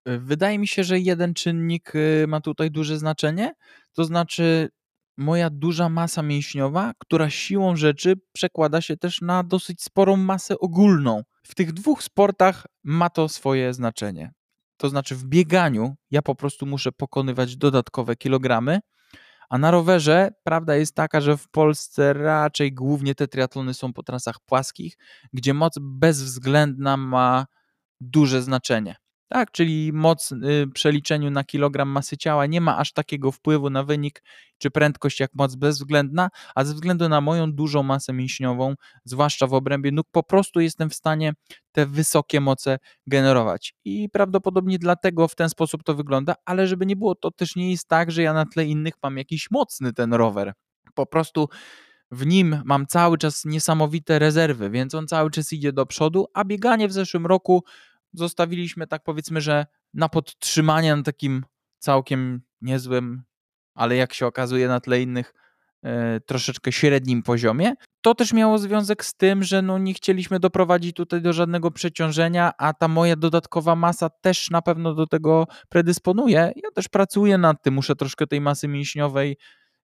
Wydaje mi się, że jeden czynnik y, ma tutaj duże znaczenie, to znaczy moja duża masa mięśniowa, która siłą rzeczy przekłada się też na dosyć sporą masę ogólną. W tych dwóch sportach ma to swoje znaczenie. To znaczy w bieganiu ja po prostu muszę pokonywać dodatkowe kilogramy, a na rowerze prawda jest taka, że w Polsce raczej głównie te triatlony są po trasach płaskich, gdzie moc bezwzględna ma duże znaczenie. Tak, czyli moc y, przeliczeniu na kilogram masy ciała nie ma aż takiego wpływu na wynik czy prędkość jak moc bezwzględna, a ze względu na moją dużą masę mięśniową, zwłaszcza w obrębie nóg, po prostu jestem w stanie te wysokie moce generować. I prawdopodobnie dlatego w ten sposób to wygląda, ale żeby nie było, to też nie jest tak, że ja na tle innych mam jakiś mocny ten rower. Po prostu w nim mam cały czas niesamowite rezerwy, więc on cały czas idzie do przodu, a bieganie w zeszłym roku zostawiliśmy tak powiedzmy, że na podtrzymanie na takim całkiem niezłym, ale jak się okazuje na tle innych e, troszeczkę średnim poziomie. To też miało związek z tym, że no nie chcieliśmy doprowadzić tutaj do żadnego przeciążenia, a ta moja dodatkowa masa też na pewno do tego predysponuje. Ja też pracuję nad tym, muszę troszkę tej masy mięśniowej,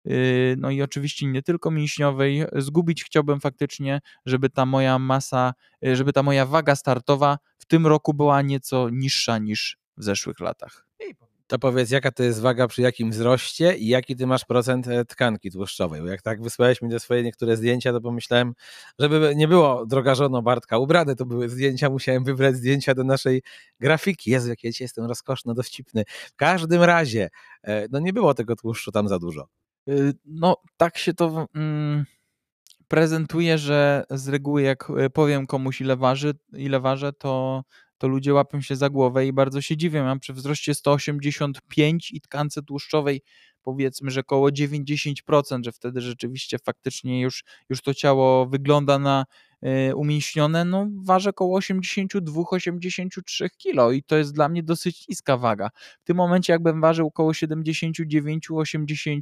no i oczywiście nie tylko mięśniowej, zgubić chciałbym faktycznie, żeby ta moja masa, żeby ta moja waga startowa w tym roku była nieco niższa niż w zeszłych latach. To powiedz, jaka to jest waga przy jakim wzroście i jaki ty masz procent e, tkanki tłuszczowej? Bo jak tak wysłałeś mi te swoje niektóre zdjęcia, to pomyślałem, żeby nie było droga żono Bartka ubrane, to były zdjęcia, musiałem wybrać zdjęcia do naszej grafiki. Jezu, jak ja dzisiaj jestem rozkoszny, dowcipny. W każdym razie, e, no nie było tego tłuszczu tam za dużo. Y, No tak się to mm, prezentuje, że z reguły jak powiem komuś ile waży, ile ważę, to to ludzie łapią się za głowę i bardzo się dziwią. Ja przy wzroście sto osiemdziesiąt pięć i tkance tłuszczowej powiedzmy, że około dziewięćdziesiąt procent, że wtedy rzeczywiście faktycznie już, już to ciało wygląda na y, umięśnione, no ważę około osiemdziesiąt dwa osiemdziesiąt trzy kilo i to jest dla mnie dosyć niska waga. W tym momencie jakbym ważył około siedemdziesiąt dziewięć osiemdziesiąt,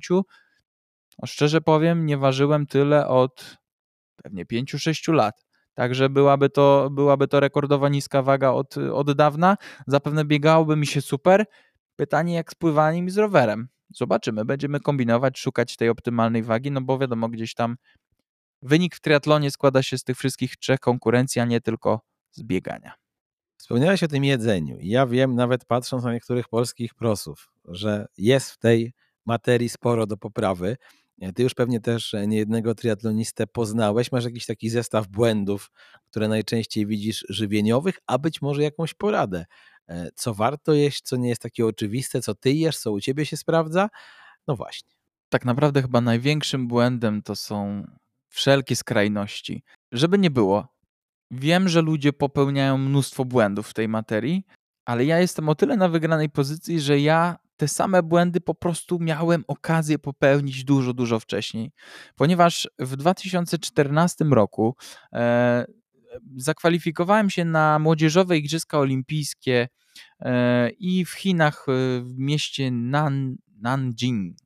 no szczerze powiem, nie ważyłem tyle od pewnie pięć sześć lat. Także byłaby to, byłaby to rekordowa niska waga od, od dawna. Zapewne biegałoby mi się super. Pytanie jak z pływaniem i z rowerem. Zobaczymy, będziemy kombinować, szukać tej optymalnej wagi, no bo wiadomo, gdzieś tam wynik w triatlonie składa się z tych wszystkich trzech konkurencji, a nie tylko z biegania. Wspomniałeś o tym jedzeniu. Ja wiem, nawet patrząc na niektórych polskich prosów, że jest w tej materii sporo do poprawy. Ty już pewnie też niejednego triatlonistę poznałeś. Masz jakiś taki zestaw błędów, które najczęściej widzisz żywieniowych, a być może jakąś poradę. Co warto jeść, co nie jest takie oczywiste, co ty jesz, co u ciebie się sprawdza? No właśnie. Tak naprawdę chyba największym błędem to są wszelkie skrajności. Żeby nie było, wiem, że ludzie popełniają mnóstwo błędów w tej materii, ale ja jestem o tyle na wygranej pozycji, że ja te same błędy po prostu miałem okazję popełnić dużo, dużo wcześniej. Ponieważ w dwa tysiące czternastym roku e, zakwalifikowałem się na młodzieżowe Igrzyska Olimpijskie e, i w Chinach, e, w mieście Nan, Nanjing,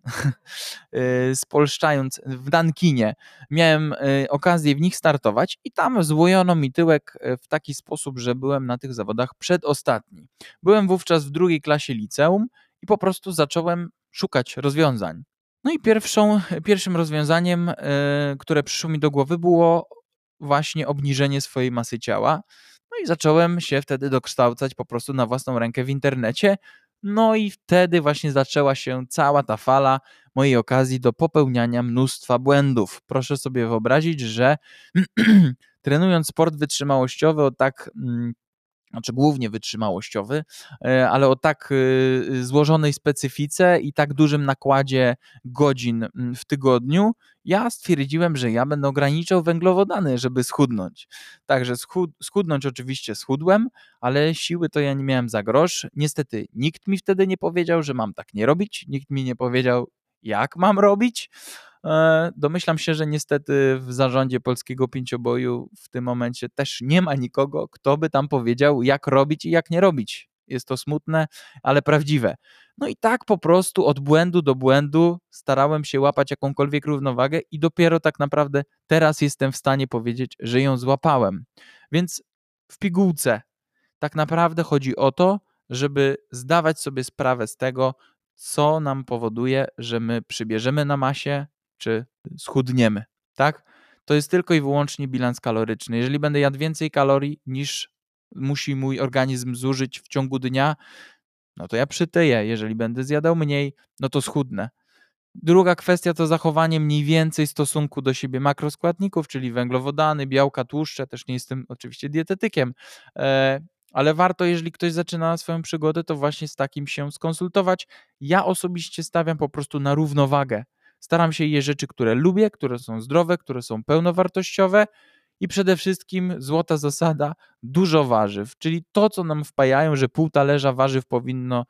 spolszczając w Nankinie, miałem okazję w nich startować i tam złojono mi tyłek w taki sposób, że byłem na tych zawodach przedostatni. Byłem wówczas w drugiej klasie liceum i po prostu zacząłem szukać rozwiązań. No i pierwszą, pierwszym rozwiązaniem, które przyszło mi do głowy, było właśnie obniżenie swojej masy ciała. No i zacząłem się wtedy dokształcać po prostu na własną rękę w internecie. No i wtedy właśnie zaczęła się cała ta fala mojej okazji do popełniania mnóstwa błędów. Proszę sobie wyobrazić, że trenując sport wytrzymałościowy o tak, znaczy głównie wytrzymałościowy, ale o tak złożonej specyfice i tak dużym nakładzie godzin w tygodniu, ja stwierdziłem, że ja będę ograniczał węglowodany, żeby schudnąć. Także schud- schudnąć oczywiście schudłem, ale siły to ja nie miałem za grosz. Niestety nikt mi wtedy nie powiedział, że mam tak nie robić, nikt mi nie powiedział, jak mam robić. Domyślam się, że niestety w zarządzie polskiego pięcioboju w tym momencie też nie ma nikogo, kto by tam powiedział, jak robić i jak nie robić. Jest to smutne, ale prawdziwe. No i tak po prostu od błędu do błędu starałem się łapać jakąkolwiek równowagę i dopiero tak naprawdę teraz jestem w stanie powiedzieć, że ją złapałem. Więc w pigułce tak naprawdę chodzi o to, żeby zdawać sobie sprawę z tego, co nam powoduje, że my przybierzemy na masie, czy schudniemy, tak? To jest tylko i wyłącznie bilans kaloryczny. Jeżeli będę jadł więcej kalorii niż musi mój organizm zużyć w ciągu dnia, no to ja przytyję. Jeżeli będę zjadał mniej, no to schudnę. Druga kwestia to zachowanie mniej więcej stosunku do siebie makroskładników, czyli węglowodany, białka, tłuszcze. Też nie jestem oczywiście dietetykiem, ale warto, jeżeli ktoś zaczyna swoją przygodę, to właśnie z takim się skonsultować. Ja osobiście stawiam po prostu na równowagę. Staram się jeść rzeczy, które lubię, które są zdrowe, które są pełnowartościowe i przede wszystkim złota zasada, dużo warzyw, czyli to, co nam wpajają, że pół talerza warzyw powinno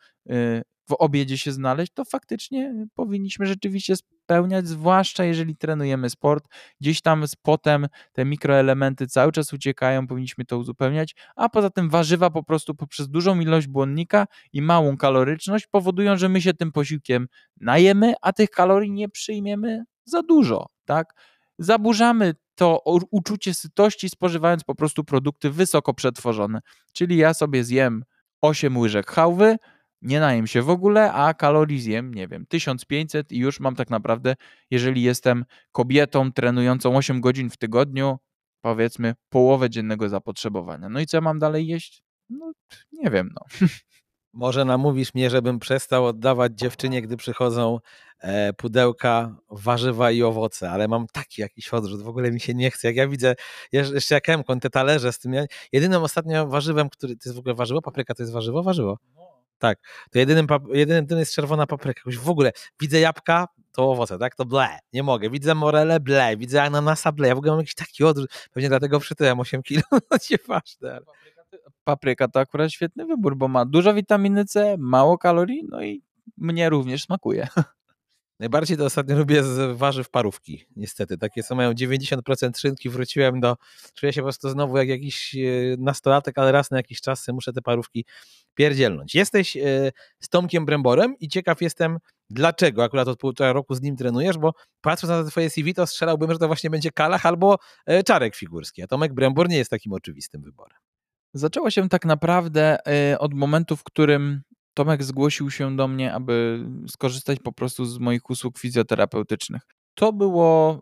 w obiedzie się znaleźć, to faktycznie powinniśmy rzeczywiście spełniać, zwłaszcza jeżeli trenujemy sport. Gdzieś tam z potem te mikroelementy cały czas uciekają, powinniśmy to uzupełniać, a poza tym warzywa po prostu poprzez dużą ilość błonnika i małą kaloryczność powodują, że my się tym posiłkiem najemy, a tych kalorii nie przyjmiemy za dużo, tak? Zaburzamy to uczucie sytości, spożywając po prostu produkty wysoko przetworzone. Czyli ja sobie zjem osiem łyżek chałwy, nie najem się w ogóle, a kalorii zjem, nie wiem, tysiąc pięćset i już mam tak naprawdę, jeżeli jestem kobietą trenującą osiem godzin w tygodniu, powiedzmy połowę dziennego zapotrzebowania. No i co ja mam dalej jeść? No nie wiem, no. Może namówisz mnie, żebym przestał oddawać dziewczynie, gdy przychodzą e, pudełka, warzywa i owoce, ale mam taki jakiś odrzut, w ogóle mi się nie chce. Jak ja widzę, jeszcze jak Emkon, te talerze z tym, ja, jedynym ostatnio warzywem, który, to jest w ogóle warzywo? Papryka to jest warzywo? Warzywo. Tak, to jedynym, jedynym tym jest czerwona papryka. Już w ogóle widzę jabłka, to owoce, tak? To ble, nie mogę. Widzę morele, ble, widzę ananasa, ble. Ja w ogóle mam jakiś taki odrzut, pewnie dlatego przytyłem osiem kilo, no nieważne. Ale... Papryka to akurat świetny wybór, bo ma dużo witaminy C, mało kalorii, no i mnie również smakuje. Najbardziej to ostatnio lubię z warzyw parówki, niestety. Takie, co mają dziewięćdziesiąt procent szynki, wróciłem do... Czuję się po prostu znowu jak jakiś nastolatek, ale raz na jakiś czas muszę te parówki pierdzielnąć. Jesteś z Tomkiem Bremborem i ciekaw jestem, dlaczego akurat od półtora roku z nim trenujesz, bo patrząc na twoje C V, to strzelałbym, że to właśnie będzie Kalach albo Czarek Figurski, a Tomek Brembor nie jest takim oczywistym wyborem. Zaczęło się tak naprawdę od momentu, w którym Tomek zgłosił się do mnie, aby skorzystać po prostu z moich usług fizjoterapeutycznych. To było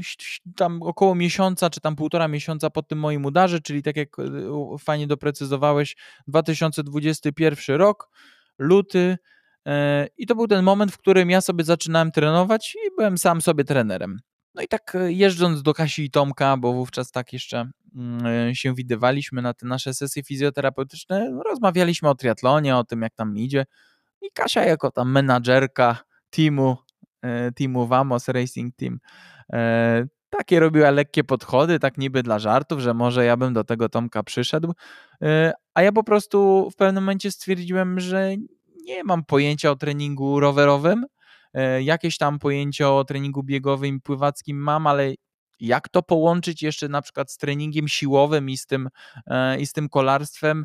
tam około miesiąca, czy tam półtora miesiąca po tym moim udarze, czyli tak jak fajnie doprecyzowałeś, dwa tysiące dwudziesty pierwszy rok, luty, i to był ten moment, w którym ja sobie zaczynałem trenować i byłem sam sobie trenerem. No i tak jeżdżąc do Kasi i Tomka, bo wówczas tak jeszcze się widywaliśmy na te nasze sesje fizjoterapeutyczne, rozmawialiśmy o triatlonie, o tym jak tam idzie i Kasia jako tam menadżerka teamu, teamu Vamos Racing Team, takie robiła lekkie podchody, tak niby dla żartów, że może ja bym do tego Tomka przyszedł, a ja po prostu w pewnym momencie stwierdziłem, że nie mam pojęcia o treningu rowerowym, jakieś tam pojęcie o treningu biegowym i pływackim mam, ale jak to połączyć jeszcze na przykład z treningiem siłowym i z tym, i z tym kolarstwem,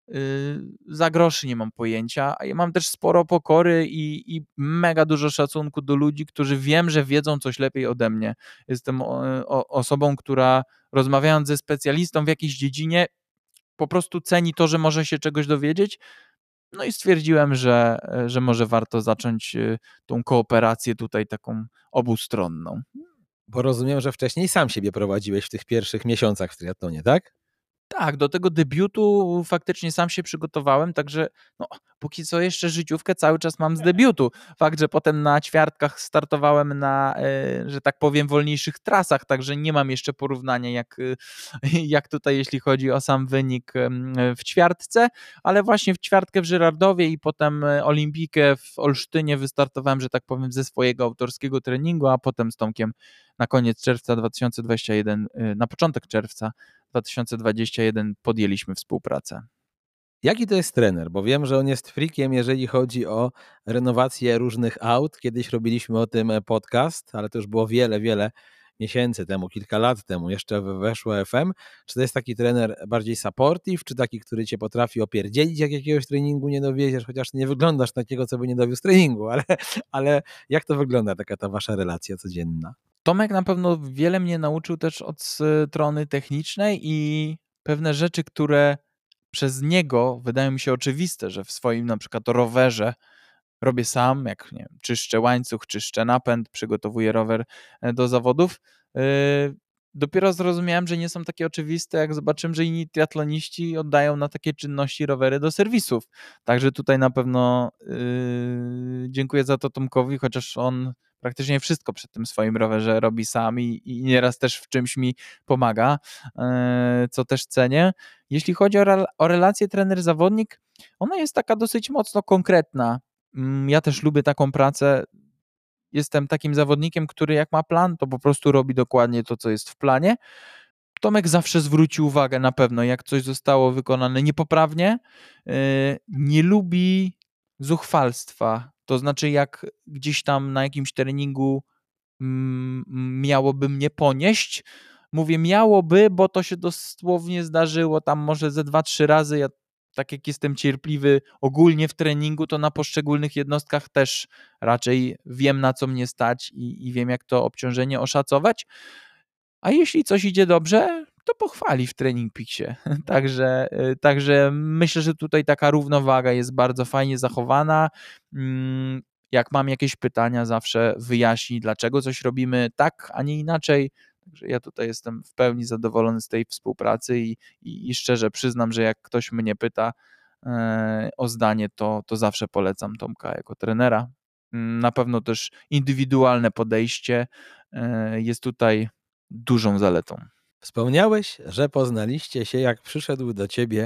za groszy nie mam pojęcia. Ja mam też sporo pokory i, i mega dużo szacunku do ludzi, którzy wiem, że wiedzą coś lepiej ode mnie. Jestem o, o, osobą, która rozmawiając ze specjalistą w jakiejś dziedzinie po prostu ceni to, że może się czegoś dowiedzieć. No i stwierdziłem, że, że może warto zacząć tą kooperację tutaj taką obustronną. Bo rozumiem, że wcześniej sam siebie prowadziłeś w tych pierwszych miesiącach w triatlonie, tak? Tak, do tego debiutu faktycznie sam się przygotowałem, także no, póki co jeszcze życiówkę cały czas mam z debiutu. Fakt, że potem na ćwiartkach startowałem na, że tak powiem, wolniejszych trasach, także nie mam jeszcze porównania jak, jak tutaj, jeśli chodzi o sam wynik w ćwiartce, ale właśnie w ćwiartkę w Żyrardowie i potem olimpikę w Olsztynie wystartowałem, że tak powiem, ze swojego autorskiego treningu, a potem z Tomkiem na koniec czerwca dwa tysiące dwudziestego pierwszego, na początek czerwca dwa tysiące dwudziestego pierwszego podjęliśmy współpracę. Jaki to jest trener? Bo wiem, że on jest freakiem, jeżeli chodzi o renowację różnych aut. Kiedyś robiliśmy o tym podcast, ale to już było wiele, wiele miesięcy temu, kilka lat temu, jeszcze weszło F M. Czy to jest taki trener bardziej supportive, czy taki, który cię potrafi opierdzielić, jak jakiegoś treningu nie dowieziesz, chociaż nie wyglądasz takiego, co by nie dowiózł treningu, ale, ale jak to wygląda, taka ta wasza relacja codzienna? Tomek na pewno wiele mnie nauczył też od strony technicznej i pewne rzeczy, które przez niego wydają mi się oczywiste, że w swoim na przykład rowerze robię sam, jak nie wiem, czyszczę łańcuch, czyszczę napęd, przygotowuję rower e, do zawodów. Yy, Dopiero zrozumiałem, że nie są takie oczywiste, jak zobaczyłem, że inni triatloniści oddają na takie czynności rowery do serwisów. Także tutaj na pewno yy, dziękuję za to Tomkowi, chociaż on praktycznie wszystko przy tym swoim rowerze robi sam i, i nieraz też w czymś mi pomaga, yy, co też cenię. Jeśli chodzi o, rel- o relację trener-zawodnik, ona jest taka dosyć mocno konkretna. Mm, Ja też lubię taką pracę. Jestem takim zawodnikiem, który jak ma plan, to po prostu robi dokładnie to, co jest w planie. Tomek zawsze zwróci uwagę na pewno, jak coś zostało wykonane niepoprawnie. Yy, Nie lubi zuchwalstwa. To znaczy, jak gdzieś tam na jakimś treningu mm, miałoby mnie ponieść. Mówię miałoby, bo to się dosłownie zdarzyło tam może ze dwa, trzy razy. Ja tak jak jestem cierpliwy ogólnie w treningu, to na poszczególnych jednostkach też raczej wiem, na co mnie stać i, i wiem, jak to obciążenie oszacować. A jeśli coś idzie dobrze, to pochwali w Training Peaksie. Także, y, także myślę, że tutaj taka równowaga jest bardzo fajnie zachowana. Mm, Jak mam jakieś pytania, zawsze wyjaśni, dlaczego coś robimy tak, a nie inaczej. Także ja tutaj jestem w pełni zadowolony z tej współpracy i, i, i szczerze przyznam, że jak ktoś mnie pyta e, o zdanie, to, to zawsze polecam Tomka jako trenera. Mm, Na pewno też indywidualne podejście e, jest tutaj dużą zaletą. Wspomniałeś, że poznaliście się, jak przyszedł do ciebie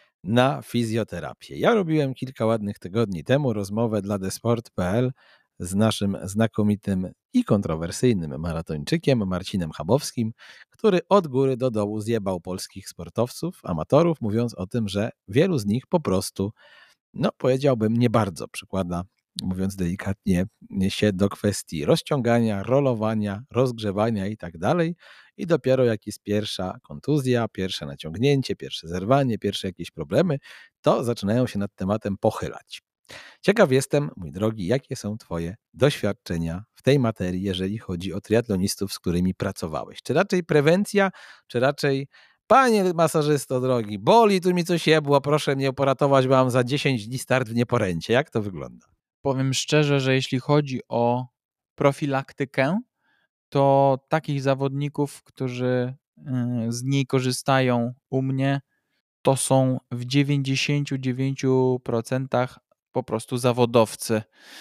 na fizjoterapię. Ja robiłem kilka ładnych tygodni temu rozmowę dla desport kropka p l z naszym znakomitym i kontrowersyjnym maratończykiem Marcinem Chabowskim, który od góry do dołu zjebał polskich sportowców, amatorów, mówiąc o tym, że wielu z nich po prostu, no powiedziałbym, nie bardzo przykłada, mówiąc delikatnie, się do kwestii rozciągania, rolowania, rozgrzewania i tak dalej. I dopiero jak jest pierwsza kontuzja, pierwsze naciągnięcie, pierwsze zerwanie, pierwsze jakieś problemy, to zaczynają się nad tematem pochylać. Ciekaw jestem, mój drogi, jakie są twoje doświadczenia w tej materii, jeżeli chodzi o triatlonistów, z którymi pracowałeś? Czy raczej prewencja, czy raczej panie masażysto drogi, boli tu mi coś jebło, proszę mnie poratować, bo mam za dziesięć dni start w Nieporęcie. Jak to wygląda? Powiem szczerze, że jeśli chodzi o profilaktykę, to takich zawodników, którzy y, z niej korzystają u mnie, to są w dziewięćdziesięciu dziewięciu procentach po prostu zawodowcy,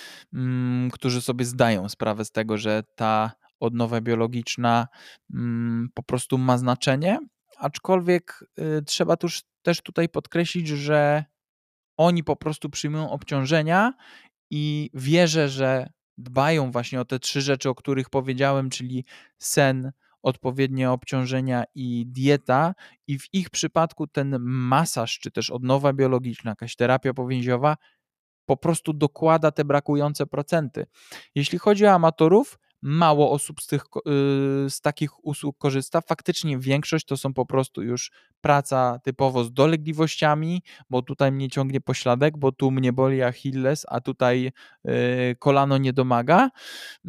mm, którzy sobie zdają sprawę z tego, że ta odnowa biologiczna mm, po prostu ma znaczenie, aczkolwiek y, trzeba tuż, też tutaj podkreślić, że oni po prostu przyjmują obciążenia i wierzę, że dbają właśnie o te trzy rzeczy, o których powiedziałem, czyli sen, odpowiednie obciążenia i dieta, i w ich przypadku ten masaż, czy też odnowa biologiczna, jakaś terapia powięziowa po prostu dokłada te brakujące procenty. Jeśli chodzi o amatorów, mało osób z, tych, yy, z takich usług korzysta. Faktycznie większość to są po prostu już praca typowo z dolegliwościami, bo tutaj mnie ciągnie pośladek, bo tu mnie boli Achilles, a tutaj yy, kolano nie domaga. Yy,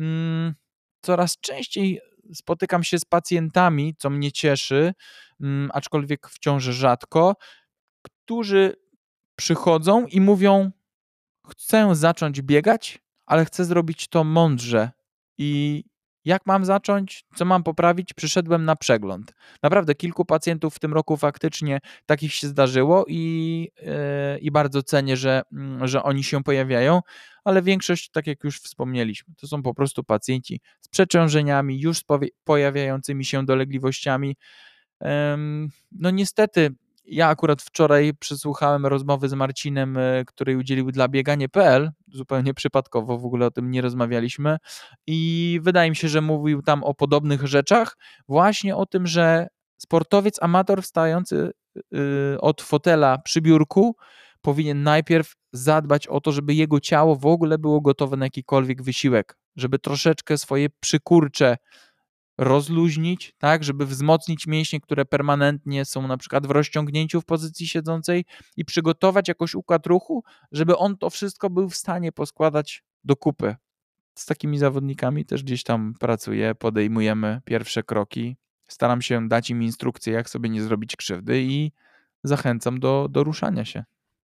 coraz częściej spotykam się z pacjentami, co mnie cieszy, yy, aczkolwiek wciąż rzadko, którzy przychodzą i mówią: chcę zacząć biegać, ale chcę zrobić to mądrze. I jak mam zacząć? Co mam poprawić? Przyszedłem na przegląd. Naprawdę kilku pacjentów w tym roku faktycznie takich się zdarzyło i, yy, i bardzo cenię, że, yy, że oni się pojawiają, ale większość, tak jak już wspomnieliśmy, to są po prostu pacjenci z przeciążeniami, już z powie- pojawiającymi się dolegliwościami. Yy, no niestety, ja akurat wczoraj przysłuchałem rozmowy z Marcinem, e, której udzielił dla bieganie kropka p l, zupełnie przypadkowo, w ogóle o tym nie rozmawialiśmy i wydaje mi się, że mówił tam o podobnych rzeczach, właśnie o tym, że sportowiec amator wstający y, od fotela przy biurku powinien najpierw zadbać o to, żeby jego ciało w ogóle było gotowe na jakikolwiek wysiłek, żeby troszeczkę swoje przykurcze rozluźnić, tak, żeby wzmocnić mięśnie, które permanentnie są na przykład w rozciągnięciu w pozycji siedzącej i przygotować jakoś układ ruchu, żeby on to wszystko był w stanie poskładać do kupy. Z takimi zawodnikami też gdzieś tam pracuję, podejmujemy pierwsze kroki, staram się dać im instrukcje, jak sobie nie zrobić krzywdy i zachęcam do, do ruszania się.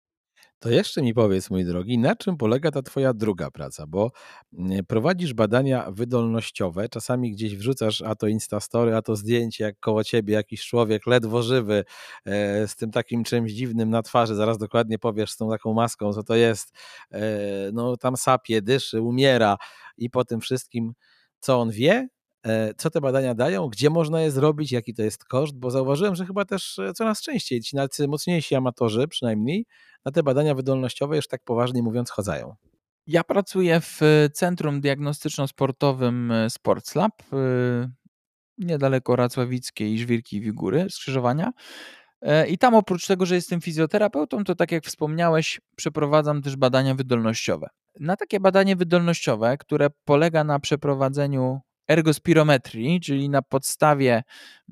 To jeszcze mi powiedz, mój drogi, na czym polega ta twoja druga praca? Bo mm, prowadzisz badania wydolnościowe, czasami gdzieś wrzucasz a to Instastory, a to zdjęcie, jak koło ciebie jakiś człowiek ledwo żywy, e, z tym takim czymś dziwnym na twarzy, zaraz dokładnie powiesz, z tą taką maską, co to jest, e, no tam sapie, dyszy, umiera i po tym wszystkim, co on wie, e, co te badania dają, gdzie można je zrobić, jaki to jest koszt, bo zauważyłem, że chyba też e, coraz częściej ci tacy mocniejsi amatorzy przynajmniej na te badania wydolnościowe już tak poważnie mówiąc chodzają. Ja pracuję w Centrum Diagnostyczno-Sportowym Sports Lab, y, niedaleko Racławickiej, Żwirki i Wigury, skrzyżowania. E, I tam oprócz tego, że jestem fizjoterapeutą, to tak jak wspomniałeś, przeprowadzam też badania wydolnościowe. Na takie badanie wydolnościowe, które polega na przeprowadzeniu ergospirometrii, czyli na podstawie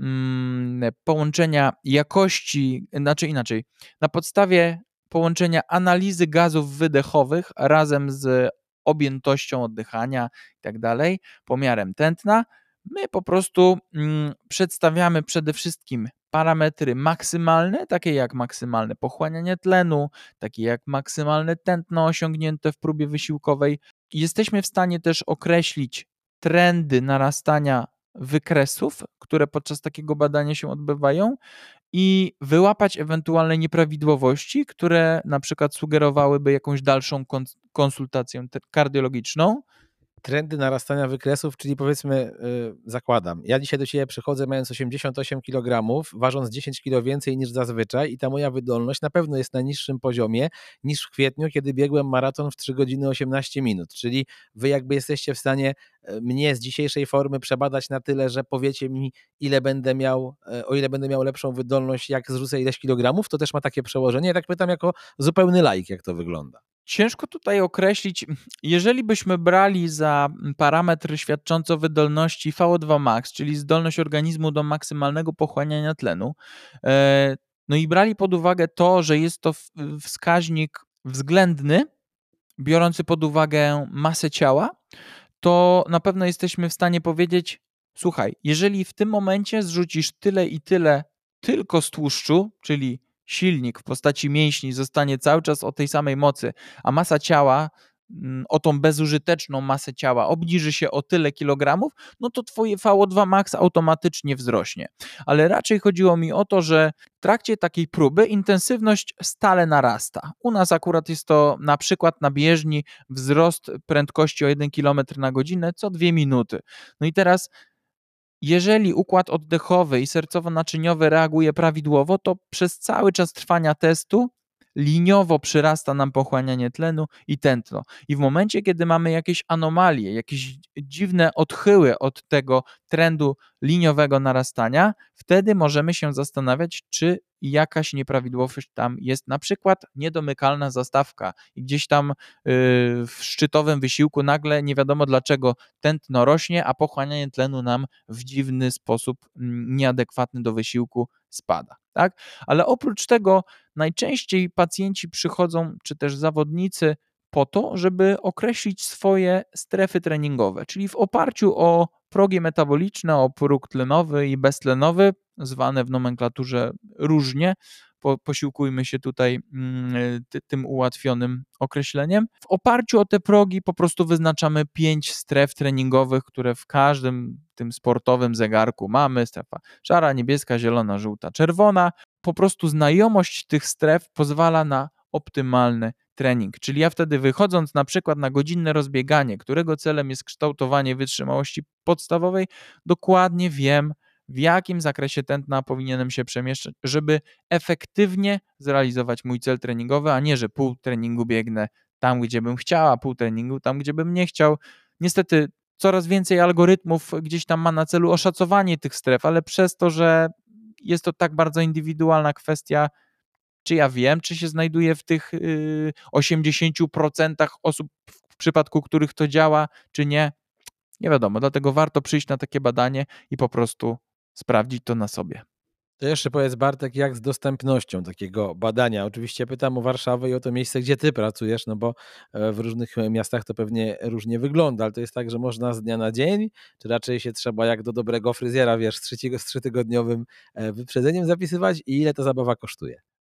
mm, połączenia jakości, znaczy inaczej, na podstawie połączenia analizy gazów wydechowych razem z objętością oddychania i tak dalej, pomiarem tętna, my po prostu mm, przedstawiamy przede wszystkim parametry maksymalne, takie jak maksymalne pochłanianie tlenu, takie jak maksymalne tętno osiągnięte w próbie wysiłkowej. Jesteśmy w stanie też określić trendy narastania wykresów, które podczas takiego badania się odbywają i wyłapać ewentualne nieprawidłowości, które na przykład sugerowałyby jakąś dalszą konsultację kardiologiczną. Trendy narastania wykresów, czyli powiedzmy, yy, zakładam, ja dzisiaj do Ciebie przychodzę mając osiemdziesiąt osiem kilogramów, ważąc dziesięć kilo więcej niż zazwyczaj i ta moja wydolność na pewno jest na niższym poziomie niż w kwietniu, kiedy biegłem maraton w trzy godziny osiemnaście minut, czyli Wy jakby jesteście w stanie mnie z dzisiejszej formy przebadać na tyle, że powiecie mi, ile będę miał, o ile będę miał lepszą wydolność, jak zrzucę ileś kilogramów, to też ma takie przełożenie. Ja tak pytam jako zupełny laik, jak to wygląda. Ciężko tutaj określić, jeżeli byśmy brali za parametr świadczący o wydolności V O dwa max, czyli zdolność organizmu do maksymalnego pochłaniania tlenu, no i brali pod uwagę to, że jest to wskaźnik względny, biorący pod uwagę masę ciała, to na pewno jesteśmy w stanie powiedzieć, słuchaj, jeżeli w tym momencie zrzucisz tyle i tyle tylko z tłuszczu, czyli silnik w postaci mięśni zostanie cały czas o tej samej mocy, a masa ciała, o tą bezużyteczną masę ciała obniży się o tyle kilogramów, no to twoje V O dwa max automatycznie wzrośnie. Ale raczej chodziło mi o to, że w trakcie takiej próby intensywność stale narasta. U nas akurat jest to na przykład na bieżni wzrost prędkości o jeden kilometr na godzinę co dwie minuty. No i teraz jeżeli układ oddechowy i sercowo-naczyniowy reaguje prawidłowo, to przez cały czas trwania testu liniowo przyrasta nam pochłanianie tlenu i tętno. I w momencie, kiedy mamy jakieś anomalie, jakieś dziwne odchyły od tego trendu liniowego narastania, wtedy możemy się zastanawiać, czy jakaś nieprawidłowość tam jest, na przykład niedomykalna zastawka i gdzieś tam w szczytowym wysiłku nagle nie wiadomo dlaczego tętno rośnie, a pochłanianie tlenu nam w dziwny sposób nieadekwatny do wysiłku spada. Tak? Ale oprócz tego najczęściej pacjenci przychodzą, czy też zawodnicy po to, żeby określić swoje strefy treningowe, czyli w oparciu o progi metaboliczne, o próg tlenowy i beztlenowy, zwane w nomenklaturze różnie, po, posiłkujmy się tutaj mm, ty, tym ułatwionym określeniem. W oparciu o te progi po prostu wyznaczamy pięć stref treningowych, które w każdym tym sportowym zegarku mamy. Strefa szara, niebieska, zielona, żółta, czerwona. Po prostu znajomość tych stref pozwala na optymalny trening. Czyli ja wtedy wychodząc na przykład na godzinne rozbieganie, którego celem jest kształtowanie wytrzymałości podstawowej, dokładnie wiem, w jakim zakresie tętna powinienem się przemieszczać, żeby efektywnie zrealizować mój cel treningowy, a nie, że pół treningu biegnę tam, gdzie bym chciał, a pół treningu tam, gdzie bym nie chciał. Niestety coraz więcej algorytmów gdzieś tam ma na celu oszacowanie tych stref, ale przez to, że jest to tak bardzo indywidualna kwestia, czy ja wiem, czy się znajduję w tych osiemdziesięciu procentach osób, w przypadku których to działa, czy nie, nie wiadomo. Dlatego warto przyjść na takie badanie i po prostu sprawdzić to na sobie. To jeszcze powiedz, Bartek, jak z dostępnością takiego badania? Oczywiście pytam o Warszawę i o to miejsce, gdzie ty pracujesz, no bo w różnych miastach to pewnie różnie wygląda, ale to jest tak, że można z dnia na dzień, czy raczej się trzeba jak do dobrego fryzjera, wiesz, z, trzeciego, z trzytygodniowym wyprzedzeniem zapisywać i ile ta zabawa kosztuje?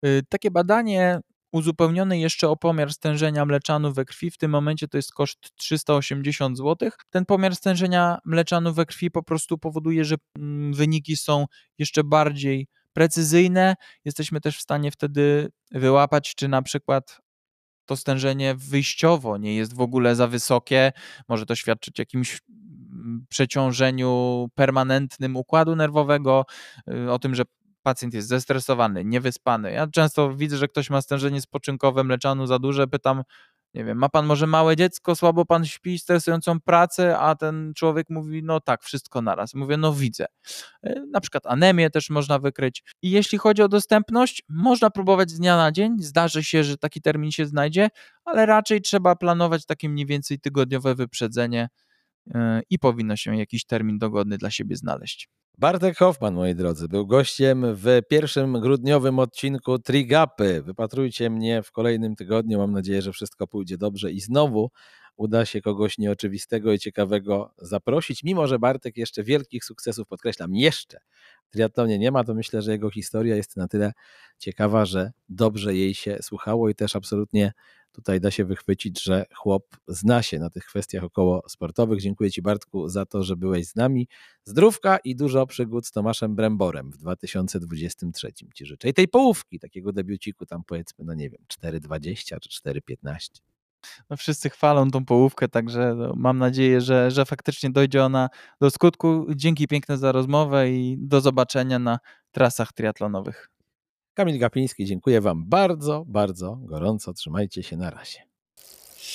Y, Takie badanie uzupełnione jeszcze o pomiar stężenia mleczanu we krwi, w tym momencie to jest koszt trzysta osiemdziesiąt złotych. Ten pomiar stężenia mleczanu we krwi po prostu powoduje, że mm, wyniki są jeszcze bardziej precyzyjne. Jesteśmy też w stanie wtedy wyłapać, czy na przykład to stężenie wyjściowo nie jest w ogóle za wysokie. Może to świadczyć o jakimś mm, przeciążeniu permanentnym układu nerwowego, y, o tym, że pacjent jest zestresowany, niewyspany. Ja często widzę, że ktoś ma stężenie spoczynkowe mleczanu za duże, pytam, nie wiem, ma pan może małe dziecko, słabo pan śpi, stresującą pracę, a ten człowiek mówi, no tak, wszystko naraz. Mówię, no widzę. Y, Na przykład anemię też można wykryć. I jeśli chodzi o dostępność, można próbować z dnia na dzień. Zdarzy się, że taki termin się znajdzie, ale raczej trzeba planować takie mniej więcej tygodniowe wyprzedzenie y, i powinno się jakiś termin dogodny dla siebie znaleźć. Bartek Hoffman, moi drodzy, był gościem w pierwszym grudniowym odcinku Trigapy. Wypatrujcie mnie w kolejnym tygodniu. Mam nadzieję, że wszystko pójdzie dobrze i znowu uda się kogoś nieoczywistego i ciekawego zaprosić. Mimo że Bartek jeszcze wielkich sukcesów, podkreślam, jeszcze w triatlonie nie ma, to myślę, że jego historia jest na tyle ciekawa, że dobrze jej się słuchało i też absolutnie tutaj da się wychwycić, że chłop zna się na tych kwestiach około sportowych. Dziękuję Ci, Bartku, za to, że byłeś z nami. Zdrówka i dużo przygód z Tomaszem Bremborem w dwa tysiące dwudziestym trzecim Ci życzę. I tej połówki, takiego debiuciku tam powiedzmy, no nie wiem, cztery dwadzieścia czy cztery piętnaście. No wszyscy chwalą tą połówkę, także no, mam nadzieję, że, że faktycznie dojdzie ona do skutku. Dzięki piękne za rozmowę i do zobaczenia na trasach triatlonowych. Kamil Gapiński, dziękuję Wam bardzo, bardzo gorąco. Trzymajcie się, na razie.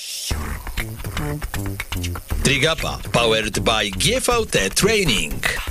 Trigapa powered by G V T Training.